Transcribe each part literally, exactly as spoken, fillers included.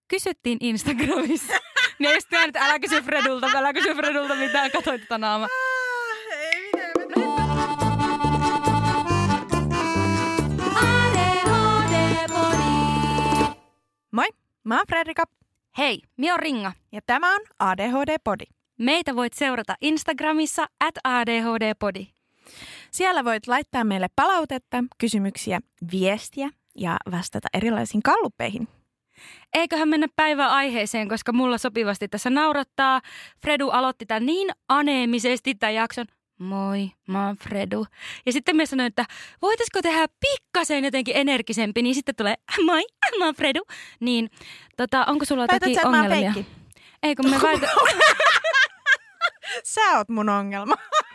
kysyttiin Instagramissa. Niin just tiedän, että älä kysy Fredulta, älä kysy Fredulta mitään, katsoin tätä naamaa. Ei mitään, mitään. A D H D-podi. Moi, mä oon Fredrika. Hei, minä oon Ringa. Ja tämä on A D H D-podi. Meitä voit seurata Instagramissa at A D H D-podi. Siellä voit laittaa meille palautetta, kysymyksiä, viestiä ja vastata erilaisiin galluppeihin. Eiköhän mennä päivän aiheeseen, koska mulla sopivasti tässä naurattaa. Fredu aloitti tämän niin aneemisesti tämän jakson. Moi, mä oon Fredu. Ja sitten mä sanoin, että voitaisiko tehdä pikkasen jotenkin energisempi, niin sitten tulee moi, mä oon Fredu. Niin, tota, onko sulla jotakin ongelmia? Ei, kun me väitän... Sä oot mun ongelma.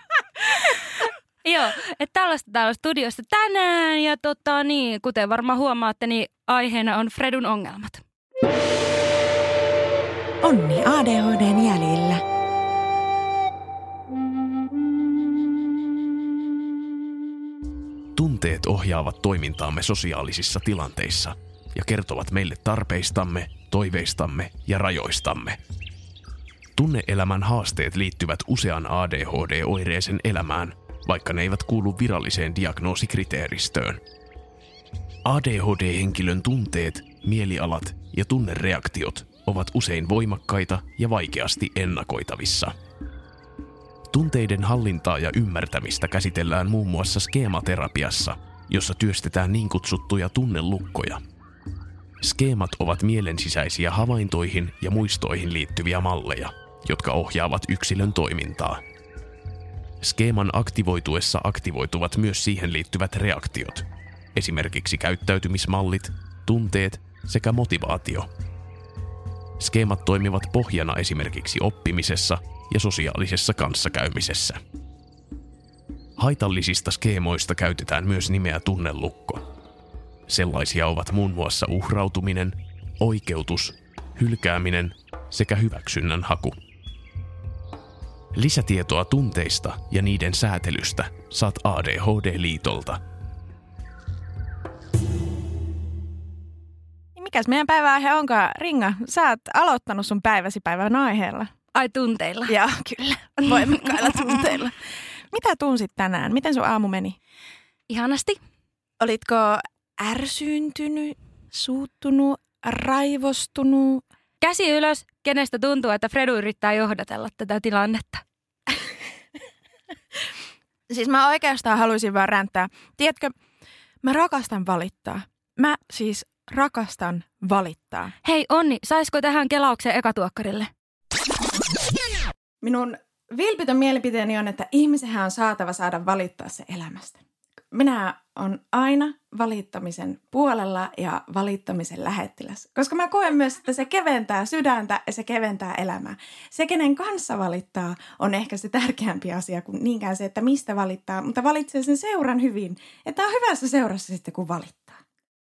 Joo, että tällaista täällä studiossa tänään ja tota niin, kuten varmaan huomaatte, niin aiheena on Fredun ongelmat. Onni A D H D:n jäljillä. Tunteet ohjaavat toimintaamme sosiaalisissa tilanteissa ja kertovat meille tarpeistamme, toiveistamme ja rajoistamme. Tunne-elämän haasteet liittyvät usean A D H D-oireisen elämään, vaikka ne eivät kuulu viralliseen diagnoosikriteeristöön. A D H D-henkilön tunteet, mielialat ja tunnereaktiot ovat usein voimakkaita ja vaikeasti ennakoitavissa. Tunteiden hallintaa ja ymmärtämistä käsitellään muun muassa skeematerapiassa, jossa työstetään niin kutsuttuja tunnelukkoja. Skeemat ovat mielensisäisiä havaintoihin ja muistoihin liittyviä malleja, jotka ohjaavat yksilön toimintaa. Skeeman aktivoituessa aktivoituvat myös siihen liittyvät reaktiot, esimerkiksi käyttäytymismallit, tunteet sekä motivaatio. Skeemat toimivat pohjana esimerkiksi oppimisessa ja sosiaalisessa kanssakäymisessä. Haitallisista skeemoista käytetään myös nimeä tunnelukko. Sellaisia ovat muun muassa uhrautuminen, oikeutus, hylkääminen sekä hyväksynnän haku. Lisätietoa tunteista ja niiden säätelystä saat A D H D-liitolta. Mikäs meidän päiväaihe onkaan? Ringa, sä oot aloittanut sun päiväsi päivän aiheella. Ai tunteilla. Joo, kyllä. Voimakkailla tunteilla. Mitä tunsit tänään? Miten sun aamu meni? Ihanasti. Olitko ärsyyntynyt, suuttunut, raivostunut? Käsi ylös, kenestä tuntuu, että Fredu yrittää johdatella tätä tilannetta. Siis mä oikeastaan haluaisin vaan ränttää. Tiedätkö, mä rakastan valittaa. Mä siis rakastan valittaa. Hei Onni, saisiko tähän kelaukseen ekatuokkarille? Minun vilpitön mielipiteeni on, että ihmisenhän on saatava saada valittaa se elämästä. Minä on aina valittamisen puolella ja valittamisen lähettiläs. Koska mä koen myös, että se keventää sydäntä ja se keventää elämää. Se, kenen kanssa valittaa, on ehkä se tärkeämpi asia kuin niinkään se, että mistä valittaa. Mutta valitsee sen seuran hyvin. Että on hyvässä seurassa sitten, kun valittaa.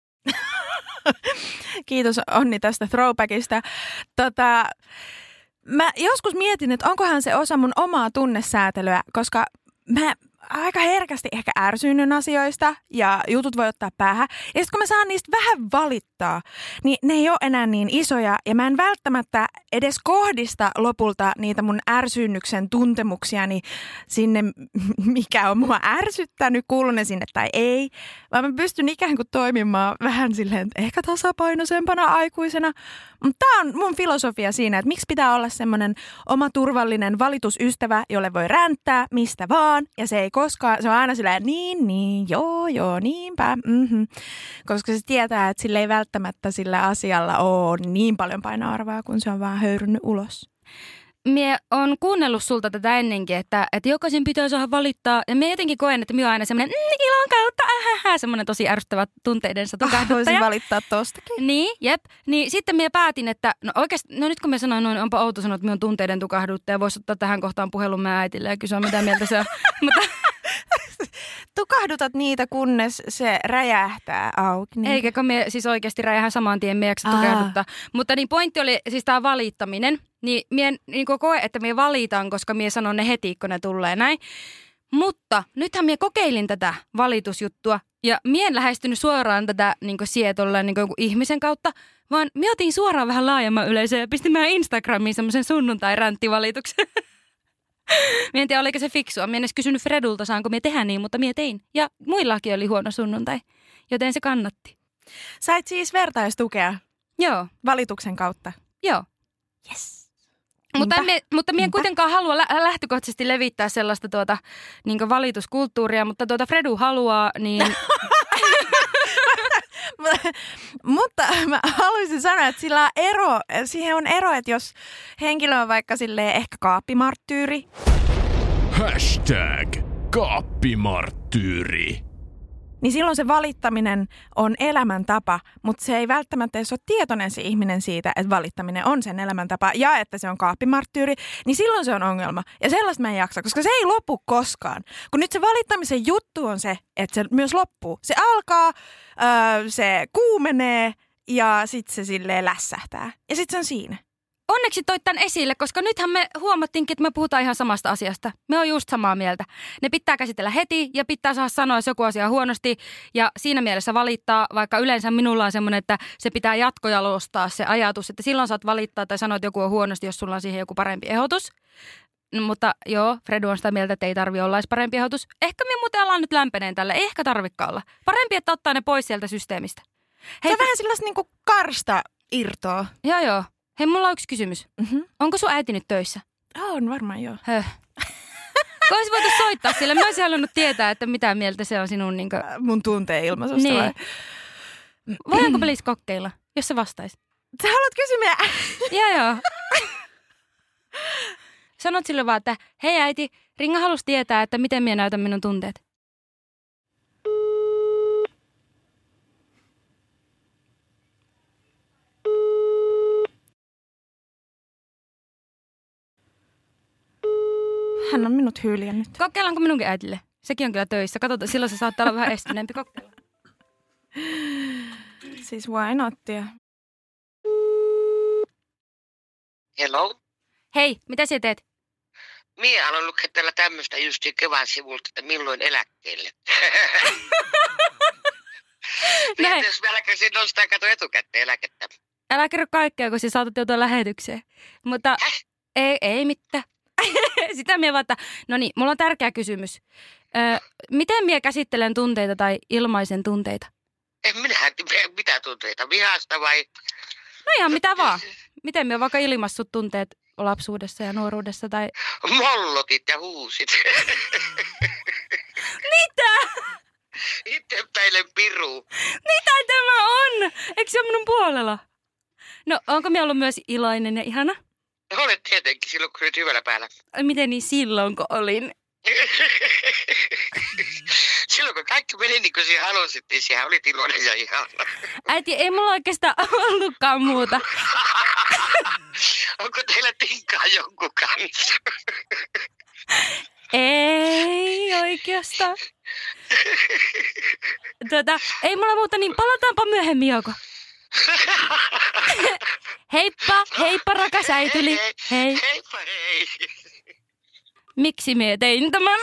Kiitos Onni tästä throwbackista. Tota, mä joskus mietin, että onkohan se osa mun omaa tunnesäätelyä, koska mä aika herkästi ehkä ärsyynnyn asioista ja jutut voi ottaa päähän. Ja sitten kun mä saan niistä vähän valittaa, niin ne ei ole enää niin isoja ja mä en välttämättä edes kohdista lopulta niitä mun ärsynnyksen tuntemuksiani sinne, mikä on mua ärsyttänyt, kuuluu ne sinne tai ei. Vaan mä pystyn ikään kuin toimimaan vähän silleen, että ehkä tasapainoisempana aikuisena. Mutta tää on mun filosofia siinä, että miksi pitää olla semmoinen oma turvallinen valitusystävä, jolle voi ränttää mistä vaan ja se ei koskaan, se on aina silleen niin, niin, joo, joo, niinpä, mhm. Koska se tietää, että sillä ei välttämättä sillä asialla ole niin paljon painoarvoa, kun se on vaan höyrynyt ulos. Mie on kuunnellut sulta tätä ennenkin, että, että jokaisen pitää saada valittaa. Ja mie jotenkin koen, että mie on aina semmoinen mm, ilon kautta, ähähä, semmoinen tosi ärsyttävä tunteidensa tukahduttaja. Voisin valittaa tostakin. Niin, jep. Niin sitten mie päätin, että no oikeasti, no nyt kun mie sanoin noin, onpa outo sanoa, että mie on tunteiden tukahduttaja. Voisi ottaa tähän kohtaan puhelun meidän äitille ja kysyä, mitä mieltä se on. Mutta tukahdutat niitä, kunnes se räjähtää auki. Niin. Eikä kun mie siis oikeasti räjähän saman tien, mie jaksa tukahduttaa. Mutta niin pointti oli siis tämä valittaminen. Niin mie niin koe, että mie valitan, koska mie sanon ne heti, kun ne tulee näin. Mutta nythän mie kokeilin tätä valitusjuttua ja mie en lähestynyt suoraan tätä niin sietolla niin jonkun ihmisen kautta, vaan me otin suoraan vähän laajemman yleisöön ja pistin meidän Instagramiin semmoisen sunnuntai-ränttivalituksen. Mie en tiedä, oliko se fiksua. Mie en edes kysynyt Fredulta, saanko mie tehdä niin, mutta mie tein. Ja muillakin oli huono sunnuntai, joten se kannatti. Sait siis vertaistukea Joo. valituksen kautta. Joo. Yes. Mutta, me, mutta mie en kuitenkaan halua lä- lähtökohtaisesti levittää sellaista tuota, niin valituskulttuuria, mutta tuota Fredu haluaa, niin... Mutta mä haluaisin sanoa, että sillä on ero, siihen on ero, että jos henkilö on vaikka silleen ehkä kaappimarttyyri. Hashtag kaappimarttyyri. Niin silloin se valittaminen on elämäntapa, mutta se ei välttämättä edes ole tietoinen se ihminen siitä, että valittaminen on sen elämäntapa ja että se on kaappimarttyyri, niin silloin se on ongelma. Ja sellaista mä en jaksa, koska se ei lopu koskaan. Kun nyt se valittamisen juttu on se, että se myös loppuu. Se alkaa, öö, se kuumenee ja sitten se silleen lässähtää. Ja sitten se on siinä. Onneksi toit tämän esille, koska nythän me huomattiinkin, että me puhutaan ihan samasta asiasta. Me on just samaa mieltä. Ne pitää käsitellä heti ja pitää saada sanoa, jos joku asia huonosti ja siinä mielessä valittaa, vaikka yleensä minulla on semmoinen, että se pitää jatkojalostaa se ajatus, että silloin saat valittaa tai sanoa, että joku on huonosti, jos sulla on siihen joku parempi ehdotus. No, mutta joo, Fredu on sitä mieltä, että ei tarvitse olla edes parempi ehdotus. Ehkä me muuten alan nyt lämpeneen tälle, ei ehkä tarvikaan olla. Parempi, että ottaa ne pois sieltä systeemistä. Hei, se on vähän sellaista niinku karsta irtoa. Joo, joo. Hei, mulla on yksi kysymys. Mm-hmm. Onko sun äiti nyt töissä? On varmaan joo. Höh. Kun olisi voitu soittaa sille, mä olisin halunnut tietää, että mitä mieltä se on sinun niin kuin... mun tunteen ilmaisusta niin. vai? Voidaanko pelis kokeilla, jos se vastaisi? Sä haluat kysyä meidän... Joo, joo. Sanot sille vaan, että hei äiti, Ringa halusi tietää, että miten minä näytän minun tunteet. Hän on minut hyljännyt. Kokeillaanko minunkin äitille? Sekin on kyllä töissä. Katsotaan, silloin se saattaa olla vähän estyneempi. Kokeilla. Siis why nottia? Hello? Hei, mitä sä teet? Mie aloin lukea tämmöistä just kevään sivulta, että milloin eläkkeelle. Näin. Jos vielä käsin nostaa kato etukäteen eläkettä. Älä kerro kaikkea, kun sä saatat joutua lähetykseen. Mutta Häh? ei, ei mitään. Sitä mie vaan, että no niin, mulla on tärkeä kysymys. Ö, miten mie käsittelen tunteita tai ilmaisen tunteita? En minä tiedä mitä tunteita, vihasta vai... No ihan mitä vaan. Miten mie vaikka ilmaissut tunteet lapsuudessa ja nuoruudessa tai... Mollotit ja huusit. Mitä? Itse päilen piru. Mitä tämä on? Eikö se ole minun puolella? No, onko mie ollut myös iloinen ja ihana? Olet tietenkin silloin, kun olet hyvällä päällä. Miten niin silloin, kun olin? Silloin, kun kaikki meni niin kuin sinä halusit, niin sinä olit iloinen ja ihana. Äiti, ei mulla oikeastaan ollutkaan muuta. Onko teillä tinkaa jonkun kanssa? Ei oikeastaan. Tuota, ei mulla muuta, niin palataanpa myöhemmin, Jouko. Heippa, heippa rakas äituli. Hei. Heippa hei. Miksi mie tein tämän?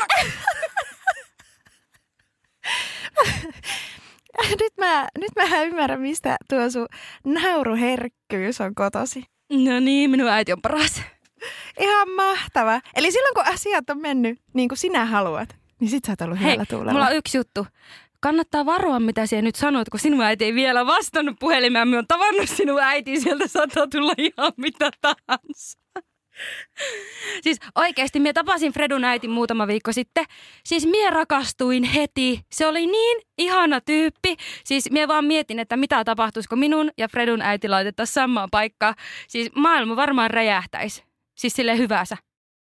Nyt mä, nyt mä ymmärrän, mistä tuo sun nauruherkkyys on kotosi. No niin, minun äiti on paras. Ihan mahtava. Eli silloin, kun asiat on mennyt niin kuin sinä haluat, niin sit sä oot ollut Hei, hyvällä tuulella. mulla on yksi juttu. Kannattaa varoa, mitä sinä nyt sanot, kun sinun äiti ei vielä vastannut puhelimeen. Minä olen tavannut sinun äiti, sieltä saattaa tulla ihan mitä tahansa. Siis oikeasti, minä tapasin Fredun äitin muutama viikko sitten. Siis minä rakastuin heti. Se oli niin ihana tyyppi. Siis minä vaan mietin, että mitä tapahtuisi, kun minun ja Fredun äiti laitettaisiin samaan paikkaan. Siis maailma varmaan räjähtäisi. Siis silleen hyvänsä.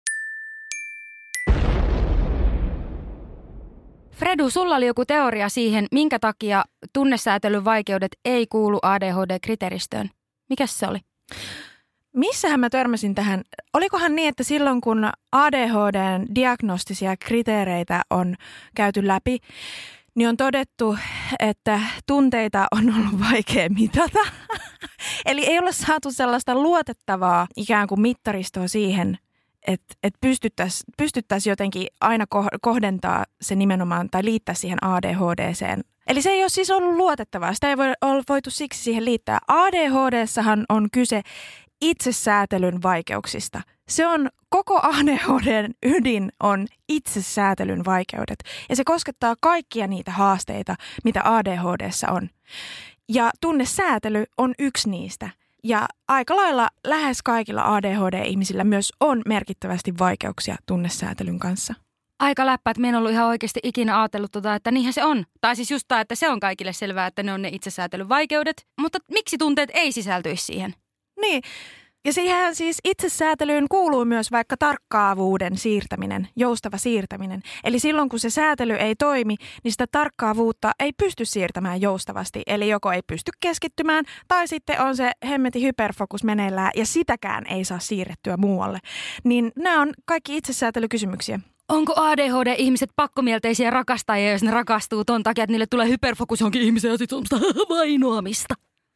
Fredu, sulla oli joku teoria siihen, minkä takia tunnesäätelyn vaikeudet ei kuulu A D H D-kriteeristöön. Mikäs se oli? Missähän mä törmäsin tähän? Olikohan niin, että silloin kun A D H D:n diagnostisia kriteereitä on käyty läpi, niin on todettu, että tunteita on ollut vaikea mitata. Eli ei ole saatu sellaista luotettavaa ikään kuin mittaristoa siihen, että et pystyttäisiin pystyttäisi jotenkin aina kohdentaa se nimenomaan tai liittää siihen A D H D:seen Eli se ei ole siis ollut luotettavaa. Sitä ei voi olla voitu siksi siihen liittää. A D H D:ssahan on kyse itsesäätelyn vaikeuksista. Se on koko A D H D:n ydin on itsesäätelyn vaikeudet. Ja se koskettaa kaikkia niitä haasteita, mitä A D H D:ssä on. Ja tunnesäätely on yksi niistä. Ja aika lailla lähes kaikilla A D H D-ihmisillä myös on merkittävästi vaikeuksia tunnesäätelyn kanssa. Aika läppä, että mä en ollut ihan oikeasti ikinä ajatellut, tota, että niinhän se on. Tai siis just tämä, että se on kaikille selvää, että ne on ne itsesäätelyn vaikeudet. Mutta miksi tunteet ei sisältyisi siihen? Niin, ja siihen siis itsesäätelyyn kuuluu myös vaikka tarkkaavuuden siirtäminen, joustava siirtäminen. Eli silloin kun se säätely ei toimi, niin sitä tarkkaavuutta ei pysty siirtämään joustavasti. Eli joko ei pysty keskittymään tai sitten on se hemmetin hyperfokus meneillään ja sitäkään ei saa siirrettyä muualle. Niin nämä on kaikki itsesäätelykysymyksiä. Onko A D H D-ihmiset pakkomielteisiä rakastajia, jos ne rakastuu ton takia, että niille tulee hyperfokus johonkin ihmiseen ja sitten on sitä vainoamista?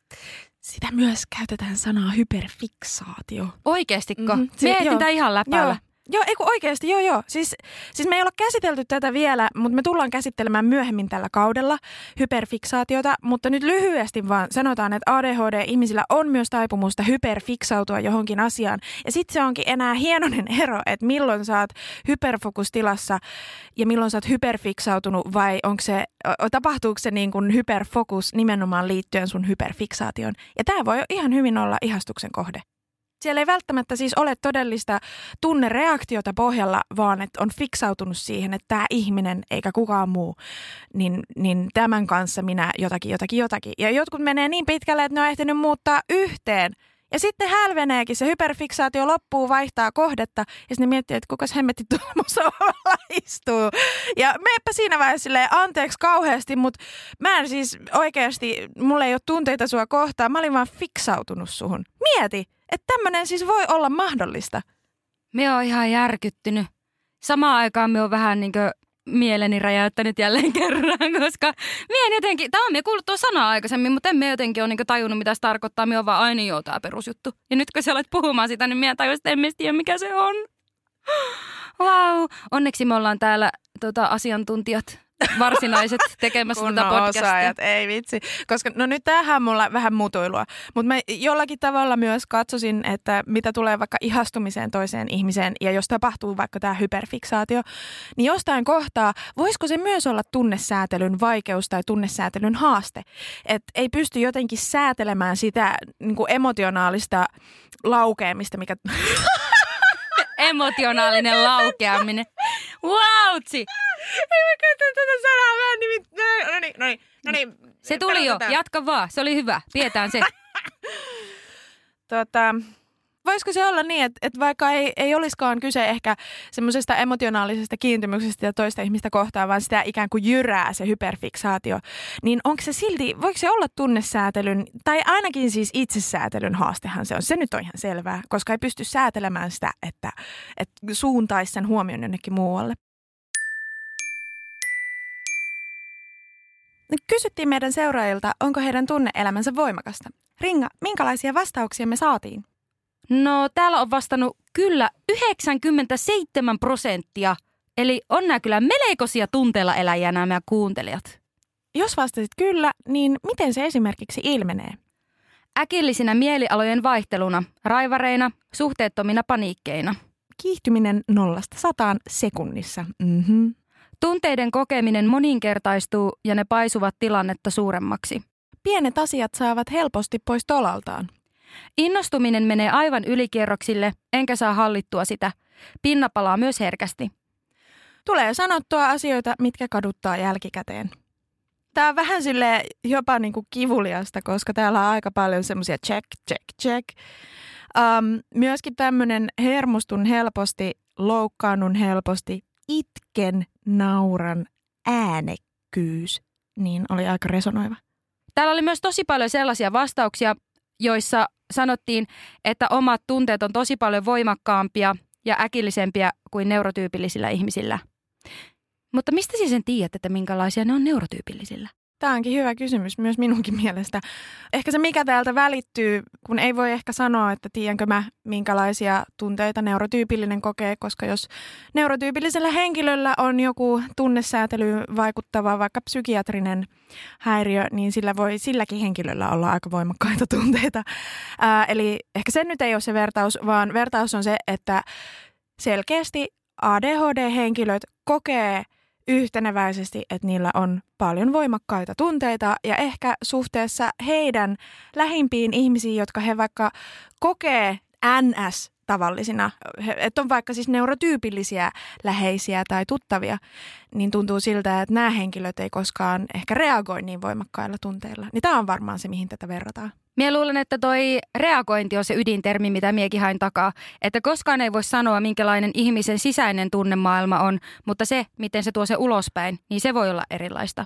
Sitä myös käytetään sanaa hyperfiksaatio. Oikeestikko? Mm-hmm. Me etin tää ihan läpäällä. Joo. Joo, ei kun oikeasti, joo joo. Siis, siis me ei olla käsitelty tätä vielä, mutta me tullaan käsittelemään myöhemmin tällä kaudella hyperfiksaatiota. Mutta nyt lyhyesti vaan sanotaan, että A D H D-ihmisillä on myös taipumusta hyperfiksautua johonkin asiaan. Ja sitten se onkin enää hienoinen ero, että milloin sä oot hyperfokustilassa ja milloin sä oot hyperfiksautunut vai onko se, tapahtuuko se niin kuin hyperfokus nimenomaan liittyen sun hyperfiksaatioon. Ja tämä voi ihan hyvin olla ihastuksen kohde. Siellä ei välttämättä siis ole todellista tunnereaktiota pohjalla, vaan että on fiksautunut siihen, että tämä ihminen eikä kukaan muu, niin, niin tämän kanssa minä jotakin, jotakin, jotakin. Ja jotkut menee niin pitkälle, että ne on ehtinyt muuttaa yhteen. Ja sitten hälveneekin, se hyperfiksaatio loppuu, vaihtaa kohdetta ja sitten ne miettii, että kukas hemmetti tuolla mun sohvalla istuu. Ja meepä siinä vaiheessa silleen, anteeksi kauheasti, mutta mä en siis oikeasti, mulla ei ole tunteita sua kohtaan, mä olin vaan fiksautunut suhun. Mieti, että tämmöinen siis voi olla mahdollista. Me oon ihan järkyttynyt. Samaan aikaan me oon vähän niin kuin mieleni räjäyttänyt jälleen kerran, koska mie en jotenkin, tämä on mie kuullut tuo sanaa aikaisemmin, mutta en mie jotenkin ole niin tajunnut, mitä se tarkoittaa. Mie on vaan aina joo tämä perusjuttu. Ja nyt kun sä olet puhumaan sitä, niin mie tajusin, että en mie tiedä, mikä se on. Vau. Wow. Onneksi me ollaan täällä tota, asiantuntijat, varsinaiset tekemässä tätä podcastia. Osaajat, ei vitsi. Koska no nyt tämähän on mulla vähän mutuilua. Mutta mä jollakin tavalla myös katsosin, että mitä tulee vaikka ihastumiseen toiseen ihmiseen ja jos tapahtuu vaikka tämä hyperfiksaatio, niin jostain kohtaa voisiko se myös olla tunnesäätelyn vaikeus tai tunnesäätelyn haaste. Että ei pysty jotenkin säätelemään sitä niin kuin emotionaalista laukeamista, mikä... Emotionaalinen laukeaminen. Wautsi! Ei mä käytän tätä sanaa vähän nimittäin. No niin, no niin, no niin. Se tuli jo, jatka vaan. Se oli hyvä. Pidetään se. tota, voisiko se olla niin, että, että vaikka ei, ei olisikaan kyse ehkä semmoisesta emotionaalisesta kiintymyksestä ja toista ihmistä kohtaan, vaan sitä ikään kuin jyrää se hyperfiksaatio, niin onko se silti, voiko se olla tunnesäätelyn, tai ainakin siis itsesäätelyn haastehan se on. Se nyt on ihan selvää, koska ei pysty säätelemään sitä, että, että suuntaisi sen huomion jonnekin muualle. Kysyttiin meidän seuraajilta, onko heidän tunne-elämänsä voimakasta. Ringa, minkälaisia vastauksia me saatiin? No täällä on vastannut kyllä yhdeksänkymmentäseitsemän prosenttia. Eli on nämä kyllä melkoisia tunteella eläjiä nämä meidän kuuntelijat. Jos vastasit kyllä, niin miten se esimerkiksi ilmenee? Äkillisinä mielialojen vaihteluna, raivareina, suhteettomina paniikkeina. Kiihtyminen nollasta sataan sekunnissa. Mm-hmm. Tunteiden kokeminen moninkertaistuu ja ne paisuvat tilannetta suuremmaksi. Pienet asiat saavat helposti pois tolaltaan. Innostuminen menee aivan ylikierroksille, enkä saa hallittua sitä. Pinna palaa myös herkästi. Tulee sanottua asioita, mitkä kaduttaa jälkikäteen. Tämä on vähän silleen jopa niinku kivuliasta, koska täällä on aika paljon semmoisia check, check, check. Um, myöskin tämmöinen hermostun helposti, loukkaannun helposti, itken, nauran, äänekkyys, niin oli aika resonoiva. Täällä oli myös tosi paljon sellaisia vastauksia, joissa sanottiin, että omat tunteet on tosi paljon voimakkaampia ja äkillisempiä kuin neurotyypillisillä ihmisillä. Mutta mistä siis sen tiedät, että minkälaisia ne on neurotyypillisillä? Tämä onkin hyvä kysymys myös minunkin mielestä. Ehkä se, mikä täältä välittyy, kun ei voi ehkä sanoa, että tiedänkö mä, minkälaisia tunteita neurotyypillinen kokee, koska jos neurotyypillisellä henkilöllä on joku tunnesäätelyyn vaikuttava vaikka psykiatrinen häiriö, niin sillä voi silläkin henkilöllä olla aika voimakkaita tunteita. Ää, eli ehkä se nyt ei ole se vertaus, vaan vertaus on se, että selkeästi A D H D-henkilöt kokee yhteneväisesti, että niillä on paljon voimakkaita tunteita ja ehkä suhteessa heidän lähimpiin ihmisiin, jotka he vaikka kokee N S-tavallisina, että on vaikka siis neurotyypillisiä läheisiä tai tuttavia, niin tuntuu siltä, että nämä henkilöt ei koskaan ehkä reagoi niin voimakkailla tunteilla. Niin tämä on varmaan se, mihin tätä verrataan. Mie luulen, että toi reagointi on se ydintermi, mitä miekin hain takaa. Että koskaan ei voi sanoa, minkälainen ihmisen sisäinen tunnemaailma on, mutta se, miten se tuo se ulospäin, niin se voi olla erilaista.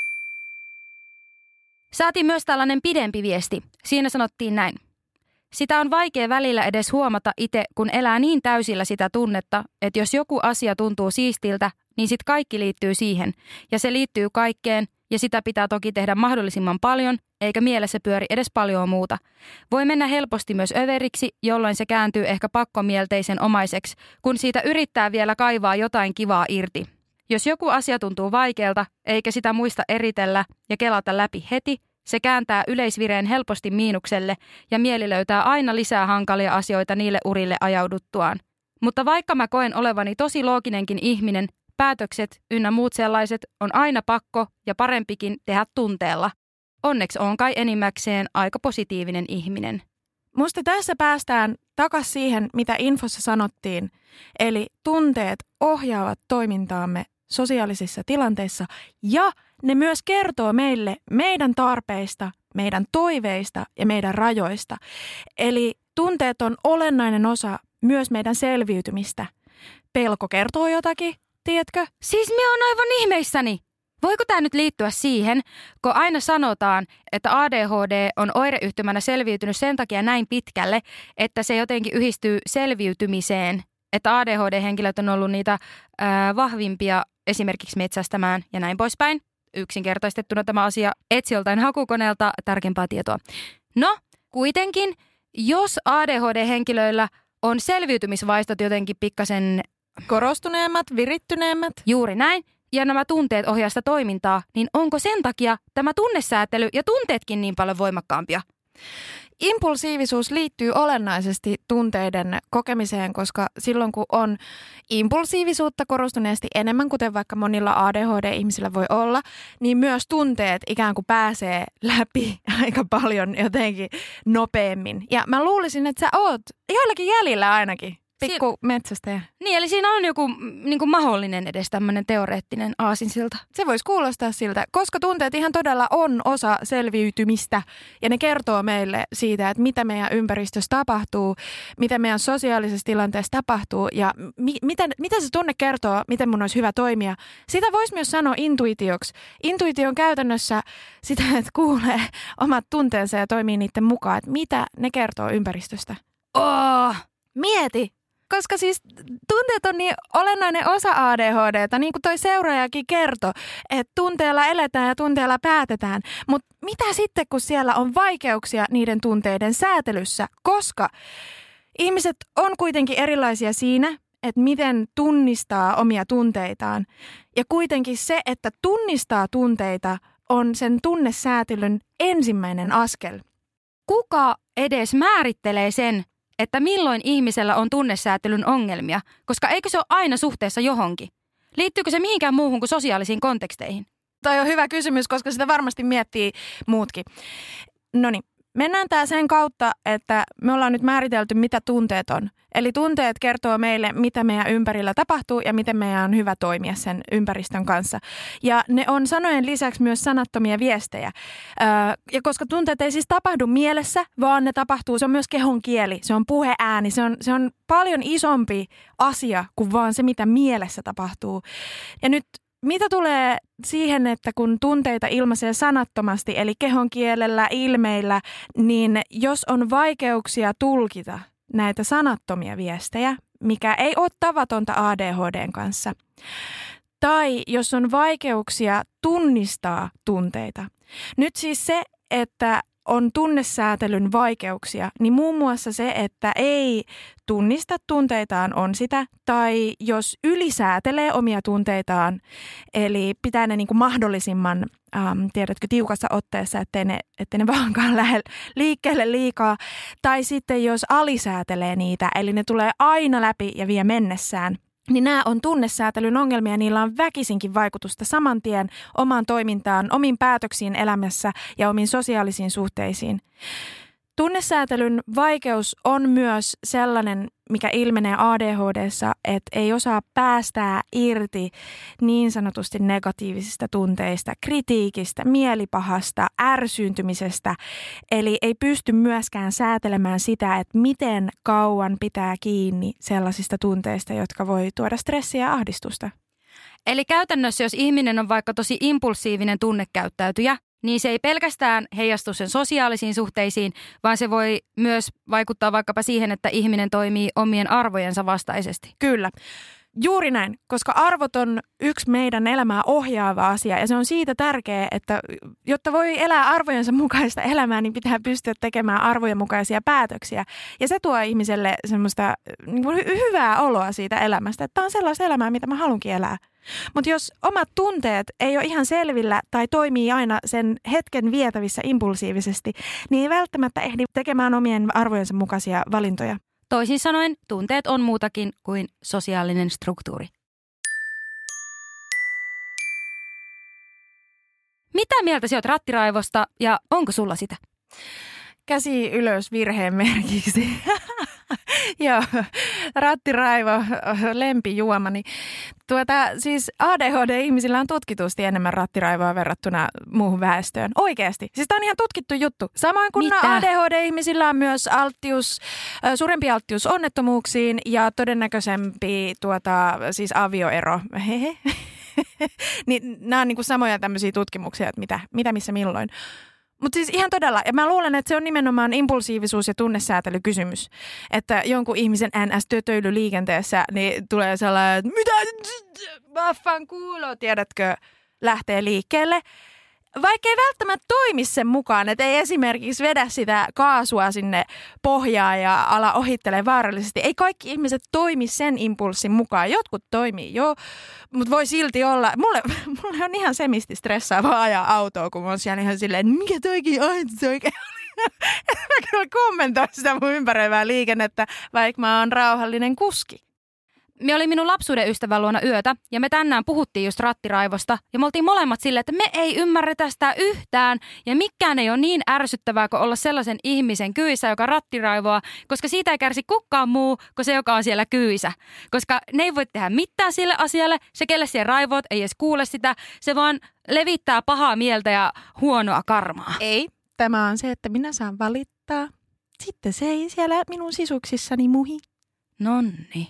Saatiin myös tällainen pidempi viesti. Siinä sanottiin näin. Sitä on vaikea välillä edes huomata itse, kun elää niin täysillä sitä tunnetta, että jos joku asia tuntuu siistiltä, niin sit kaikki liittyy siihen. Ja se liittyy kaikkeen, ja sitä pitää toki tehdä mahdollisimman paljon, eikä mielessä pyöri edes paljon muuta. Voi mennä helposti myös överiksi, jolloin se kääntyy ehkä pakkomielteisen omaiseksi, kun siitä yrittää vielä kaivaa jotain kivaa irti. Jos joku asia tuntuu vaikealta, eikä sitä muista eritellä ja kelata läpi heti, se kääntää yleisvireen helposti miinukselle ja mieli löytää aina lisää hankalia asioita niille urille ajauduttuaan. Mutta vaikka mä koen olevani tosi looginenkin ihminen, päätökset ynnä muut sellaiset on aina pakko ja parempikin tehdä tunteella. Onneksi on kai enimmäkseen aika positiivinen ihminen. Musta tässä päästään takaisin siihen, mitä infossa sanottiin. Eli tunteet ohjaavat toimintaamme sosiaalisissa tilanteissa ja ne myös kertoo meille meidän tarpeista, meidän toiveista ja meidän rajoista. Eli tunteet on olennainen osa myös meidän selviytymistä. Pelko kertoo jotakin, tiedätkö? Siis minä olen aivan ihmeissäni. Voiko tämä nyt liittyä siihen, kun aina sanotaan, että A D H D on oireyhtymänä selviytynyt sen takia näin pitkälle, että se jotenkin yhdistyy selviytymiseen, että A D H D-henkilöt on ollut niitä ää, vahvimpia esimerkiksi metsästämään ja näin poispäin. Yksinkertaistettuna tämä asia etsi joltain hakukoneelta tarkempaa tietoa. No, kuitenkin, jos A D H D-henkilöillä on selviytymisvaistot jotenkin pikkasen korostuneemmat, virittyneemmät, juuri näin, ja nämä tunteet ohjaa sitä toimintaa, niin onko sen takia tämä tunnesäätely ja tunteetkin niin paljon voimakkaampia? Impulsiivisuus liittyy olennaisesti tunteiden kokemiseen, koska silloin kun on impulsiivisuutta korostuneesti enemmän, kuten vaikka monilla A D H D-ihmisillä voi olla, niin myös tunteet ikään kuin pääsee läpi aika paljon jotenkin nopeammin. Ja mä luulisin, että sä oot joillakin jäljillä ainakin. Pikku metsästäjä. Niin, eli siinä on joku niin kuin mahdollinen edes tämmöinen teoreettinen aasinsilta. Se voisi kuulostaa siltä, koska tunteet ihan todella on osa selviytymistä ja ne kertoo meille siitä, että mitä meidän ympäristössä tapahtuu, mitä meidän sosiaalisessa tilanteessa tapahtuu ja mi- mitä, mitä se tunne kertoo, miten mun olisi hyvä toimia. Sitä voisi myös sanoa intuitioksi. Intuitio on käytännössä sitä, että kuulee omat tunteensa ja toimii niiden mukaan, että mitä ne kertoo ympäristöstä. Oh! Mieti! Koska siis tunteet on niin olennainen osa A D H D:tä, niin kuin toi seuraajakin kertoi, että tunteella eletään ja tunteella päätetään. Mutta mitä sitten, kun siellä on vaikeuksia niiden tunteiden säätelyssä? Koska ihmiset on kuitenkin erilaisia siinä, että miten tunnistaa omia tunteitaan. Ja kuitenkin se, että tunnistaa tunteita, on sen tunnesäätelyn ensimmäinen askel. Kuka edes määrittelee sen, että milloin ihmisellä on tunnesäätelyn ongelmia, koska eikö se ole aina suhteessa johonkin? Liittyykö se mihinkään muuhun kuin sosiaalisiin konteksteihin? Toi on hyvä kysymys, koska sitä varmasti miettii muutkin. Noniin, mennään tää sen kautta, että me ollaan nyt määritelty, mitä tunteet on. Eli tunteet kertoo meille, mitä meidän ympärillä tapahtuu ja miten meidän on hyvä toimia sen ympäristön kanssa. Ja ne on sanojen lisäksi myös sanattomia viestejä. Öö, ja koska tunteet ei siis tapahdu mielessä, vaan ne tapahtuu, se on myös kehon kieli, se on puheääni, se on, se on paljon isompi asia kuin vaan se, mitä mielessä tapahtuu. Ja nyt mitä tulee siihen, että kun tunteita ilmaisee sanattomasti, eli kehon kielellä, ilmeillä, niin jos on vaikeuksia tulkita näitä sanattomia viestejä, mikä ei ole tavatonta A D H D:n kanssa, tai jos on vaikeuksia tunnistaa tunteita. Nyt siis se, että on tunnesäätelyn vaikeuksia, niin muun muassa se, että ei tunnista tunteitaan on sitä, tai jos ylisäätelee omia tunteitaan, eli pitää ne niin kuin mahdollisimman, ähm, tiedätkö, tiukassa otteessa, ettei ne, ettei ne vaankaan lähde liikkeelle liikaa, tai sitten jos alisäätelee niitä, eli ne tulee aina läpi ja vie mennessään, niin nämä on tunnesäätelyn ongelmia, niillä on väkisinkin vaikutusta saman tien omaan toimintaan, omiin päätöksiin elämässä ja omiin sosiaalisiin suhteisiin. Tunnesäätelyn vaikeus on myös sellainen, mikä ilmenee A D H D:ssa, että ei osaa päästää irti niin sanotusti negatiivisista tunteista, kritiikistä, mielipahasta, ärsyyntymisestä. Eli ei pysty myöskään säätelemään sitä, että miten kauan pitää kiinni sellaisista tunteista, jotka voi tuoda stressiä ja ahdistusta. Eli käytännössä, jos ihminen on vaikka tosi impulsiivinen tunnekäyttäytyjä, niin se ei pelkästään heijastu sen sosiaalisiin suhteisiin, vaan se voi myös vaikuttaa vaikkapa siihen, että ihminen toimii omien arvojensa vastaisesti. Kyllä. Juuri näin, koska arvot on yksi meidän elämää ohjaava asia ja se on siitä tärkeä, että jotta voi elää arvojensa mukaista elämää, niin pitää pystyä tekemään arvojen mukaisia päätöksiä. Ja se tuo ihmiselle semmoista niin kuin hyvää oloa siitä elämästä, että tämä on sellaista elämää, mitä mä haluankin elää. Mutta jos omat tunteet ei ole ihan selvillä tai toimii aina sen hetken vietävissä impulsiivisesti, niin ei välttämättä ehdi tekemään omien arvojensa mukaisia valintoja. Toisin sanoen, tunteet on muutakin kuin sosiaalinen struktuuri. Mitä mieltä sinä olet rattiraivosta ja onko sulla sitä? Käsi ylös virheen merkiksi. Joo, rattiraivo, lempijuomani. Tuota, siis A D H D-ihmisillä on tutkitusti enemmän rattiraivoa verrattuna muuhun väestöön. Oikeasti. Siis tämä on ihan tutkittu juttu. Samoin kuin Mitä? A D H D-ihmisillä on myös alttius, suurempi alttius onnettomuuksiin ja todennäköisempi tuota, siis avioero. Hehe. Niin, nämä on niinku samoja tämmöisiä tutkimuksia, että mitä, mitä missä milloin. Mutta siis ihan todella, ja mä luulen, että se on nimenomaan impulsiivisuus- ja tunnesäätelykysymys. Että jonkun ihmisen N S-tötöily liikenteessä, niin tulee sellainen, että mitä, vaffan kuulo, tiedätkö, lähtee liikkeelle. Vaikka ei välttämättä toimi sen mukaan, että ei esimerkiksi vedä sitä kaasua sinne pohjaan ja ala ohittelee vaarallisesti. Ei kaikki ihmiset toimi sen impulssin mukaan. Jotkut toimii jo, mutta voi silti olla. Mulle, mulle on ihan semisti stressaavaa ajaa autoa, kun mä oon siellä ihan silleen, mikä toikin ajatus oikein oli. Mä kyllä kommentoin sitä mun ympäröivää liikennettä, vaikka mä oon rauhallinen kuski. Me oli minun lapsuuden ystävän luona yötä ja me tänään puhuttiin just rattiraivosta ja me oltiin molemmat silleen, että me ei ymmärretä sitä yhtään ja mikään ei ole niin ärsyttävää kuin olla sellaisen ihmisen kyyssä, joka rattiraivoa, koska siitä ei kärsi kukaan muu kuin se, joka on siellä kyyssä. Koska ne ei voi tehdä mitään sille asialle, se kelle siellä raivoat ei edes kuule sitä, se vaan levittää pahaa mieltä ja huonoa karmaa. Ei, tämä on se, että minä saan valittaa. Sitten se ei siellä minun sisuksissani muhi. Nonni.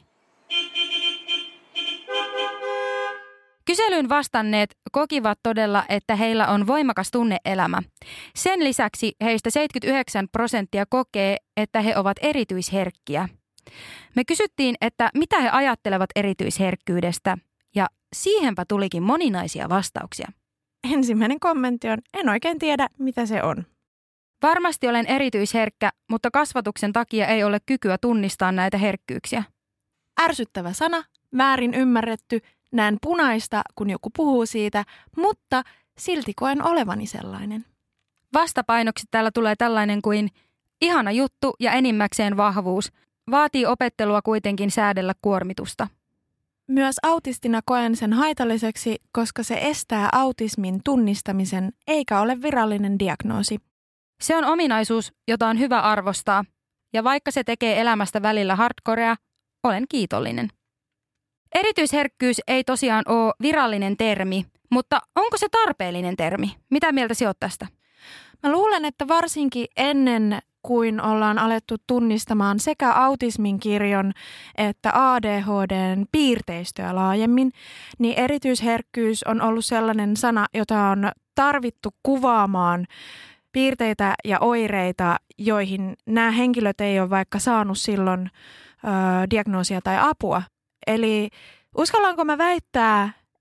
Kyselyyn vastanneet kokivat todella, että heillä on voimakas tunneelämä. Sen lisäksi heistä seitsemänkymmentäyhdeksän prosenttia kokee, että he ovat erityisherkkiä. Me kysyttiin, että mitä he ajattelevat erityisherkkyydestä, ja siihenpä tulikin moninaisia vastauksia. Ensimmäinen kommentti on, en oikein tiedä, mitä se on. Varmasti olen erityisherkkä, mutta kasvatuksen takia ei ole kykyä tunnistaa näitä herkkyyksiä. Ärsyttävä sana, väärin ymmärretty, näen punaista, kun joku puhuu siitä, mutta silti koen olevani sellainen. Vastapainoksi täällä tulee tällainen kuin ihana juttu ja enimmäkseen vahvuus. Vaatii opettelua kuitenkin säädellä kuormitusta. Myös autistina koen sen haitalliseksi, koska se estää autismin tunnistamisen eikä ole virallinen diagnoosi. Se on ominaisuus, jota on hyvä arvostaa, ja vaikka se tekee elämästä välillä hardcorea, olen kiitollinen. Erityisherkkyys ei tosiaan ole virallinen termi, mutta onko se tarpeellinen termi? Mitä mieltä sinä olet tästä? Mä luulen, että varsinkin ennen kuin ollaan alettu tunnistamaan sekä autismin kirjon että A D H D:n piirteistöä laajemmin, niin erityisherkkyys on ollut sellainen sana, jota on tarvittu kuvaamaan piirteitä ja oireita, joihin nämä henkilöt ei ole vaikka saanut silloin ö, diagnoosia tai apua. Eli uskallanko mä väittää,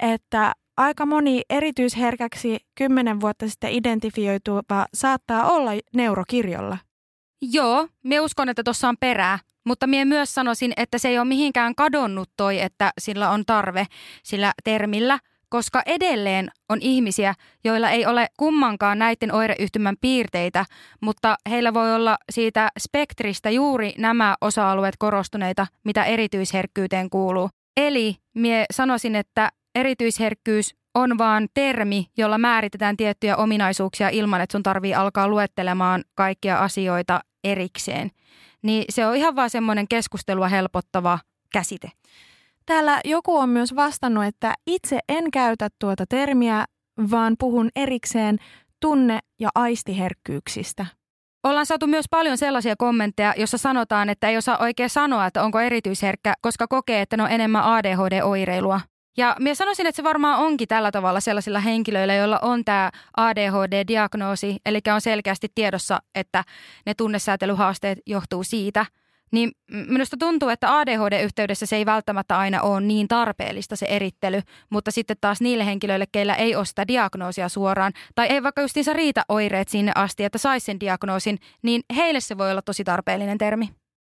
että aika moni erityisherkäksi kymmenen vuotta sitten identifioituva saattaa olla neurokirjolla. Joo, me uskon, että tuossa on perää, mutta mie myös sanoisin, että se ei ole mihinkään kadonnut toi, että sillä on tarve sillä termillä, koska edelleen on ihmisiä, joilla ei ole kummankaan näiden oireyhtymän piirteitä, mutta heillä voi olla siitä spektristä juuri nämä osa-alueet korostuneita, mitä erityisherkkyyteen kuuluu. Eli mie sanoisin, että erityisherkkyys on vaan termi, jolla määritetään tiettyjä ominaisuuksia ilman, että sun tarvii alkaa luettelemaan kaikkia asioita erikseen. Niin se on ihan vaan semmoinen keskustelua helpottava käsite. Täällä joku on myös vastannut, että itse en käytä tuota termiä, vaan puhun erikseen tunne- ja aistiherkkyyksistä. Ollaan saatu myös paljon sellaisia kommentteja, jossa sanotaan, että ei osaa oikein sanoa, että onko erityisherkkä, koska kokee, että ne on enemmän A D H D-oireilua. Ja minä sanoisin, että se varmaan onkin tällä tavalla sellaisilla henkilöillä, joilla on tämä A D H D-diagnoosi, eli on selkeästi tiedossa, että ne tunnesäätelyhaasteet johtuu siitä. Niin minusta tuntuu, että A D H D-yhteydessä se ei välttämättä aina ole niin tarpeellista se erittely, mutta sitten taas niille henkilöille, keillä ei ole sitä diagnoosia suoraan, tai ei vaikka justiinsa riitä oireet sinne asti, että saisi sen diagnoosin, niin heille se voi olla tosi tarpeellinen termi.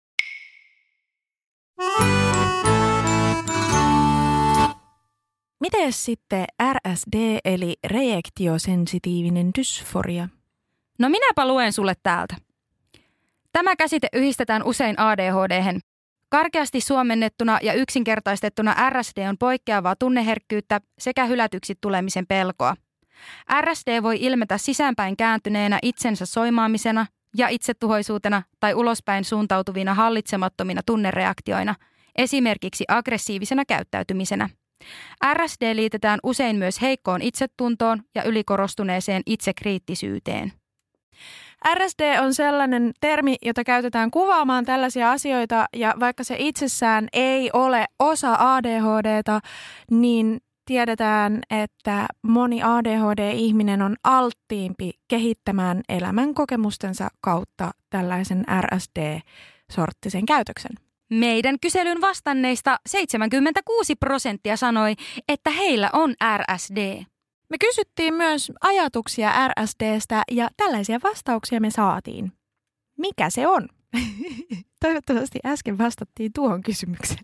Miten sitten R S D eli reaktiosensitiivinen dysforia? No minäpä luen sulle täältä. Tämä käsite yhdistetään usein A D H D:hen. Karkeasti suomennettuna ja yksinkertaistettuna R S D on poikkeavaa tunneherkkyyttä sekä hylätyksi tulemisen pelkoa. R S D voi ilmetä sisäänpäin kääntyneenä itsensä soimaamisena ja itsetuhoisuutena tai ulospäin suuntautuvina hallitsemattomina tunnereaktioina, esimerkiksi aggressiivisena käyttäytymisenä. R S D liitetään usein myös heikkoon itsetuntoon ja ylikorostuneeseen itsekriittisyyteen. R S D on sellainen termi, jota käytetään kuvaamaan tällaisia asioita, ja vaikka se itsessään ei ole osa A D H D:ta, niin tiedetään, että moni A D H D-ihminen on alttiimpi kehittämään elämän kokemustensa kautta tällaisen R S D-sorttisen käytöksen. Meidän kyselyn vastanneista seitsemänkymmentäkuusi prosenttia sanoi, että heillä on R S D. Me kysyttiin myös ajatuksia R S D:stä ja tällaisia vastauksia me saatiin. Mikä se on? Toivottavasti äsken vastattiin tuohon kysymykseen.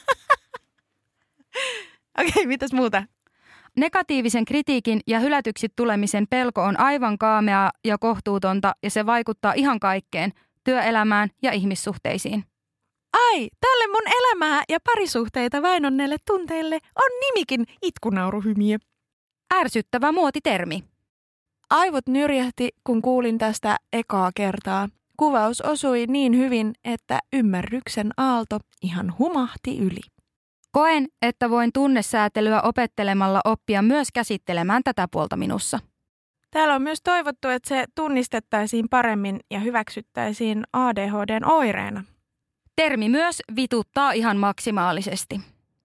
Okei, okay, mitäs muuta? Negatiivisen kritiikin ja hylätyksi tulemisen pelko on aivan kaameaa ja kohtuutonta ja se vaikuttaa ihan kaikkeen, työelämään ja ihmissuhteisiin. Ai, tälle mun elämää ja parisuhteita vainonneille tunteille on nimikin itkunauruhymiö. Ärsyttävä muotitermi. Aivot nyrjähti, kun kuulin tästä ekaa kertaa. Kuvaus osui niin hyvin, että ymmärryksen aalto ihan humahti yli. Koen, että voin tunnesäätelyä opettelemalla oppia myös käsittelemään tätä puolta minussa. Täällä on myös toivottu, että se tunnistettaisiin paremmin ja hyväksyttäisiin A D H D:n oireena. Termi myös vituttaa ihan maksimaalisesti.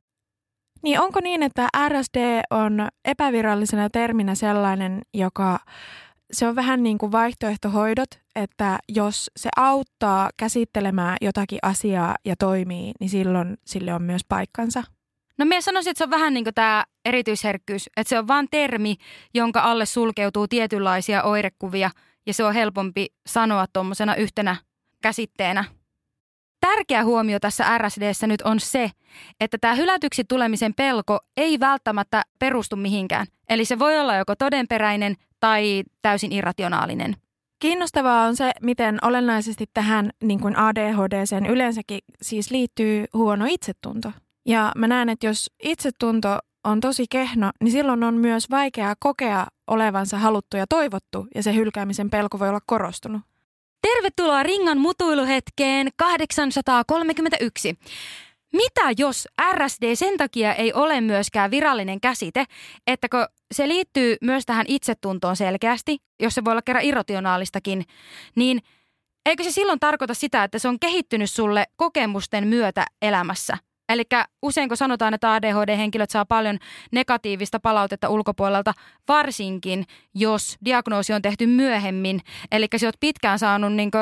Niin onko niin, että R S D on epävirallisena terminä sellainen, joka se on vähän niin kuin vaihtoehtohoidot, että jos se auttaa käsittelemään jotakin asiaa ja toimii, niin silloin sille on myös paikkansa? No minä sanoisin, että se on vähän niin kuin tämä erityisherkkyys, että se on vain termi, jonka alle sulkeutuu tietynlaisia oirekuvia ja se on helpompi sanoa tuommoisena yhtenä käsitteenä. Tärkeä huomio tässä R S D:ssä nyt on se, että tämä hylätyksi tulemisen pelko ei välttämättä perustu mihinkään. Eli se voi olla joko todenperäinen tai täysin irrationaalinen. Kiinnostavaa on se, miten olennaisesti tähän niin kuin A D H D:seen yleensäkin siis liittyy huono itsetunto. Ja mä näen, että jos itsetunto on tosi kehno, niin silloin on myös vaikeaa kokea olevansa haluttu ja toivottu, ja se hylkäämisen pelko voi olla korostunut. Tervetuloa Ringan mutuiluhetkeen kahdeksansataakolmekymmentäyksi. Mitä jos R S D sen takia ei ole myöskään virallinen käsite, että kun se liittyy myös tähän itsetuntoon selkeästi, jos se voi olla kerran irrationaalistakin, niin eikö se silloin tarkoita sitä, että se on kehittynyt sulle kokemusten myötä elämässä? Eli usein kun sanotaan, että A D H D-henkilöt saa paljon negatiivista palautetta ulkopuolelta, varsinkin jos diagnoosi on tehty myöhemmin. Eli sä oot pitkään saanut niin kuin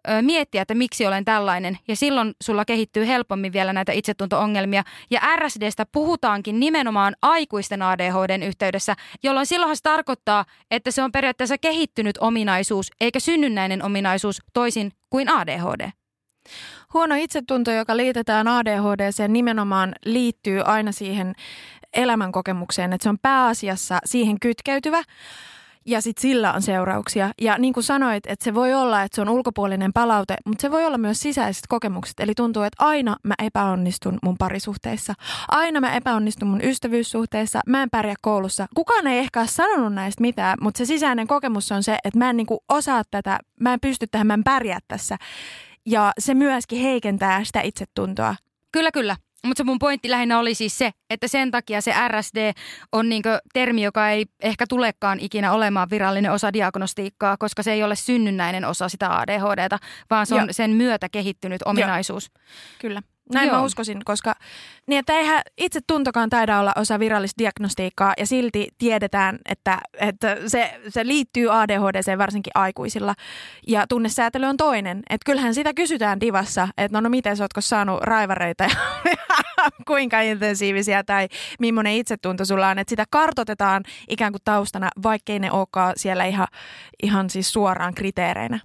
ö, miettiä, että miksi olen tällainen. Ja silloin sulla kehittyy helpommin vielä näitä itsetunto-ongelmia. Ja R S D:stä puhutaankin nimenomaan aikuisten A D H D:n yhteydessä, jolloin silloinhan se tarkoittaa, että se on periaatteessa kehittynyt ominaisuus, eikä synnynnäinen ominaisuus toisin kuin A D H D. Huono itsetunto, joka liitetään A D H D:seen, nimenomaan liittyy aina siihen elämänkokemukseen, että se on pääasiassa siihen kytkeytyvä ja sitten sillä on seurauksia. Ja niin kuin sanoit, että se voi olla, että se on ulkopuolinen palaute, mutta se voi olla myös sisäiset kokemukset. Eli tuntuu, että aina mä epäonnistun mun parisuhteissa. Aina mä epäonnistun mun ystävyyssuhteissa. Mä en pärjää koulussa. Kukaan ei ehkä ole sanonut näistä mitään, mutta se sisäinen kokemus on se, että mä en niin kuin osaa tätä, mä en pysty tähän, mä en pärjää tässä. Ja se myöskin heikentää sitä itsetuntoa. Kyllä, kyllä. Mutta se mun pointti lähinnä oli siis se, että sen takia se R S D on niinkö termi, joka ei ehkä tulekaan ikinä olemaan virallinen osa diagnostiikkaa, koska se ei ole synnynnäinen osa sitä A D H D:tä, vaan se on Joo. sen myötä kehittynyt ominaisuus. Joo. Kyllä. Näin Joo. mä uskoisin, koska niin, että eihän itse tuntokaan taida olla osa virallista diagnostiikkaa ja silti tiedetään, että, että se, se liittyy A D H D:seen varsinkin aikuisilla ja tunnesäätely on toinen. Että kyllähän sitä kysytään divassa, että no, no miten sä ootko saanut raivareita ja kuinka intensiivisiä tai millainen itsetunto sulla on. Että sitä kartoitetaan ikään kuin taustana, vaikkei ne olekaan siellä ihan, ihan siis suoraan kriteereinä.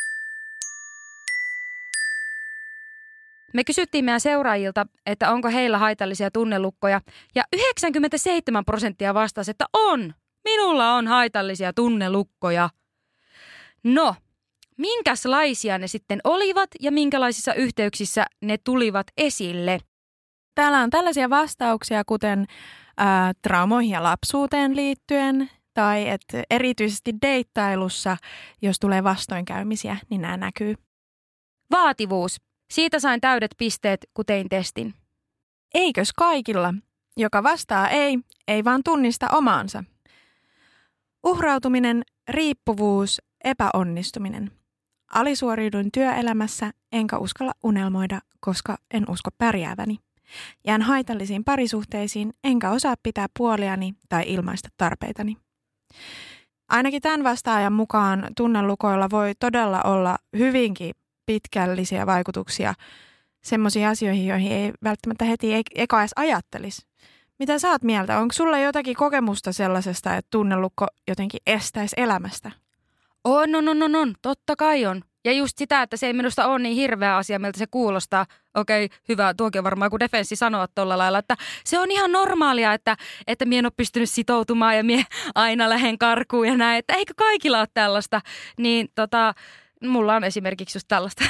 Me kysyttiin meidän seuraajilta, että onko heillä haitallisia tunnelukkoja, ja yhdeksänkymmentäseitsemän prosenttia vastasi, että on. Minulla on haitallisia tunnelukkoja. No, minkälaisia ne sitten olivat ja minkälaisissa yhteyksissä ne tulivat esille? Täällä on tällaisia vastauksia, kuten ää, traumoihin ja lapsuuteen liittyen, tai että erityisesti deittailussa, jos tulee vastoinkäymisiä, niin nämä näkyy. Vaativuus. Siitä sain täydet pisteet, kun tein testin. Eikös kaikilla? Joka vastaa ei, ei vaan tunnista omaansa. Uhrautuminen, riippuvuus, epäonnistuminen. Alisuoriuduin työelämässä, enkä uskalla unelmoida, koska en usko pärjääväni. Jään haitallisiin parisuhteisiin, enkä osaa pitää puoliani tai ilmaista tarpeitani. Ainakin tämän vastaajan mukaan tunnelukoilla voi todella olla hyvinkin pitkällisiä vaikutuksia semmoisiin asioihin, joihin ei välttämättä heti e- eka edes ajattelisi. Mitä sä oot mieltä? Onko sulla jotakin kokemusta sellaisesta, että tunnelukko jotenkin estäisi elämästä? On, on, on, on, on. Totta kai on. Ja just sitä, että se ei minusta ole niin hirveä asia, miltä se kuulostaa. Okei, hyvä, tuokin on varmaan joku defenssi sanoa tuolla lailla, että se on ihan normaalia, että, että mie en ole pystynyt sitoutumaan ja mie aina lähden karkuun ja näin. Että eikö kaikilla ole tällaista? Niin tota, mulla on esimerkiksi just tällaista.